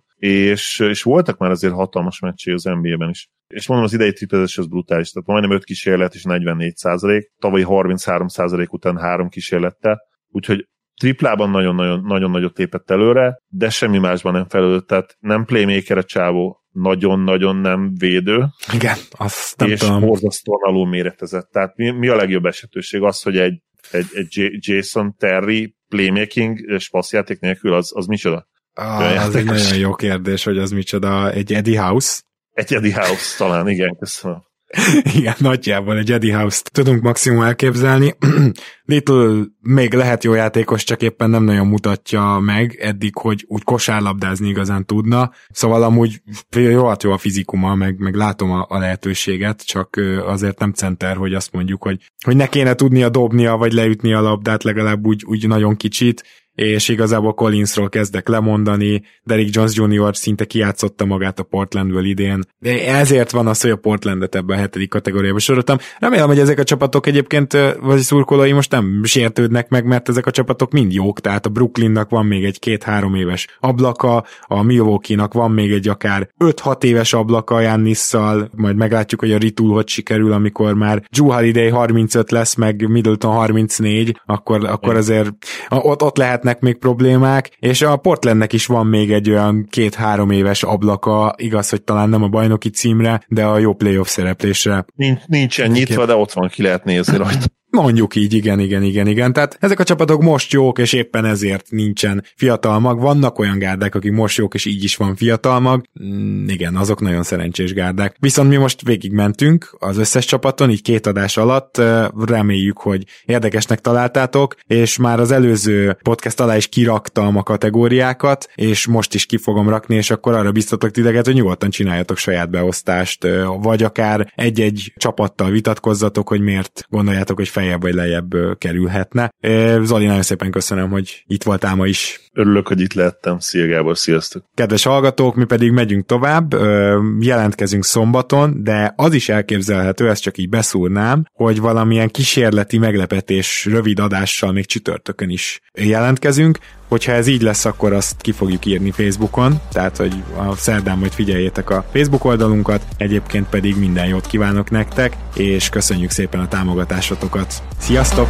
és voltak már azért hatalmas meccsé az NBA-ben is. És mondom, az idei triplezés az brutális, tehát majdnem 5 kísérlet és 44%, tavalyi 33% után 3 kísérlettel, úgyhogy triplában nagyon nagyot lépett előre, de semmi másban nem fejlődött, tehát nem playmaker a csávó, nagyon-nagyon nem védő. Igen, azt nem és tudom. És borzasztóan alul méretezett. Tehát mi a legjobb esetőség? Az, hogy egy Jason Terry playmaking és passzjáték nélkül, az micsoda? Az egy nagyon jó kérdés, hogy az micsoda. Egy Eddie House? Egy Eddie House talán, igen, köszönöm. Igen, nagyjából egy Eddie House-t tudunk maximum elképzelni. Little még lehet jó játékos, csak éppen nem nagyon mutatja meg eddig, hogy úgy kosárlabdázni igazán tudna. Szóval amúgy jó a fizikuma, meg látom a lehetőséget, csak azért nem center, hogy azt mondjuk, hogy ne kéne tudnia dobnia, vagy leütni a labdát legalább úgy nagyon kicsit, és igazából Collinsról kezdek lemondani, Derrick Jones Jr. szinte kijátszotta magát a Portlandből idén, de ezért van az, hogy a Portlandet ebben a 7. kategóriába soroltam. Remélem, hogy ezek a csapatok egyébként, vagy szurkolói most nem sértődnek meg, mert ezek a csapatok mind jók, tehát a Brooklynnak van még egy 2-3 éves ablaka, a Milwaukee-nak van még egy akár 5-6 éves ablaka Giannisszal, majd meglátjuk, hogy a Ritul hogy sikerül, amikor már Jrue Holiday 35 lesz, meg Middleton 34, akkor azért ott lehet még problémák, és a Portlandnek is van még egy olyan 2-3 éves ablaka, igaz, hogy talán nem a bajnoki címre, de a jó playoff szereplésre. Nincsen nyitva, de ott van, ki lehet nézni rajta. Mondjuk így, igen. Tehát ezek a csapatok most jók, és éppen ezért nincsen fiatal mag. Vannak olyan gárdák, akik most jók, és így is van fiatal mag. Igen, azok nagyon szerencsés gárdák. Viszont mi most végigmentünk az összes csapaton, így 2 adás alatt. Reméljük, hogy érdekesnek találtátok, és már az előző podcast alá is kiraktam a kategóriákat, és most is ki fogom rakni, és akkor arra biztatok titeket, hogy nyugodtan csináljatok saját beosztást, vagy akár egy-egy csapattal vitatkozzatok, hogy miért gondoljátok, hogy feljebb vagy lejjebb kerülhetne. Zoli, nagyon szépen köszönöm, hogy itt voltál ma is. Örülök, hogy itt lehettem. Szia Gábor, sziasztok! Kedves hallgatók, mi pedig megyünk tovább, jelentkezünk szombaton, de az is elképzelhető, ezt csak így beszúrnám, hogy valamilyen kísérleti meglepetés rövid adással még csütörtökön is jelentkezünk. Hogyha ez így lesz, akkor azt ki fogjuk írni Facebookon, tehát hogy a szerdán majd figyeljétek a Facebook oldalunkat, egyébként pedig minden jót kívánok nektek, és köszönjük szépen a támogatásotokat. Sziasztok!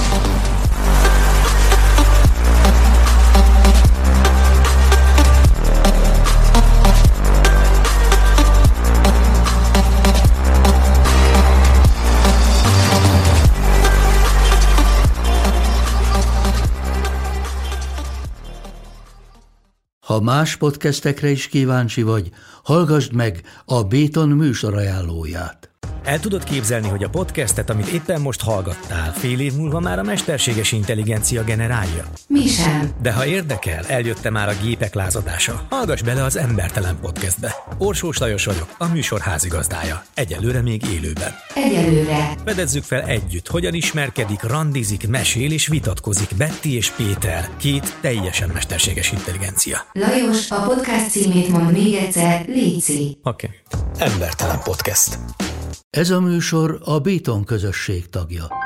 Ha más podcastekre is kíváncsi vagy, hallgassd meg a Béton műsor ajánlóját. El tudod képzelni, hogy a podcastet, amit éppen most hallgattál, fél év múlva már a mesterséges intelligencia generálja? Mi sem. De ha érdekel, eljött már a gépek lázadása. Hallgass bele az Embertelen Podcastbe. Orsós Lajos vagyok, a műsor házigazdája. Egyelőre még élőben. Egyelőre. Fedezzük fel együtt, hogyan ismerkedik, randizik, mesél és vitatkozik Betty és Péter, 2 teljesen mesterséges intelligencia. Lajos, a podcast címét mond még egyszer, léci. Oké. Embertelen Podcast. Ez a műsor a Béton közösség tagja.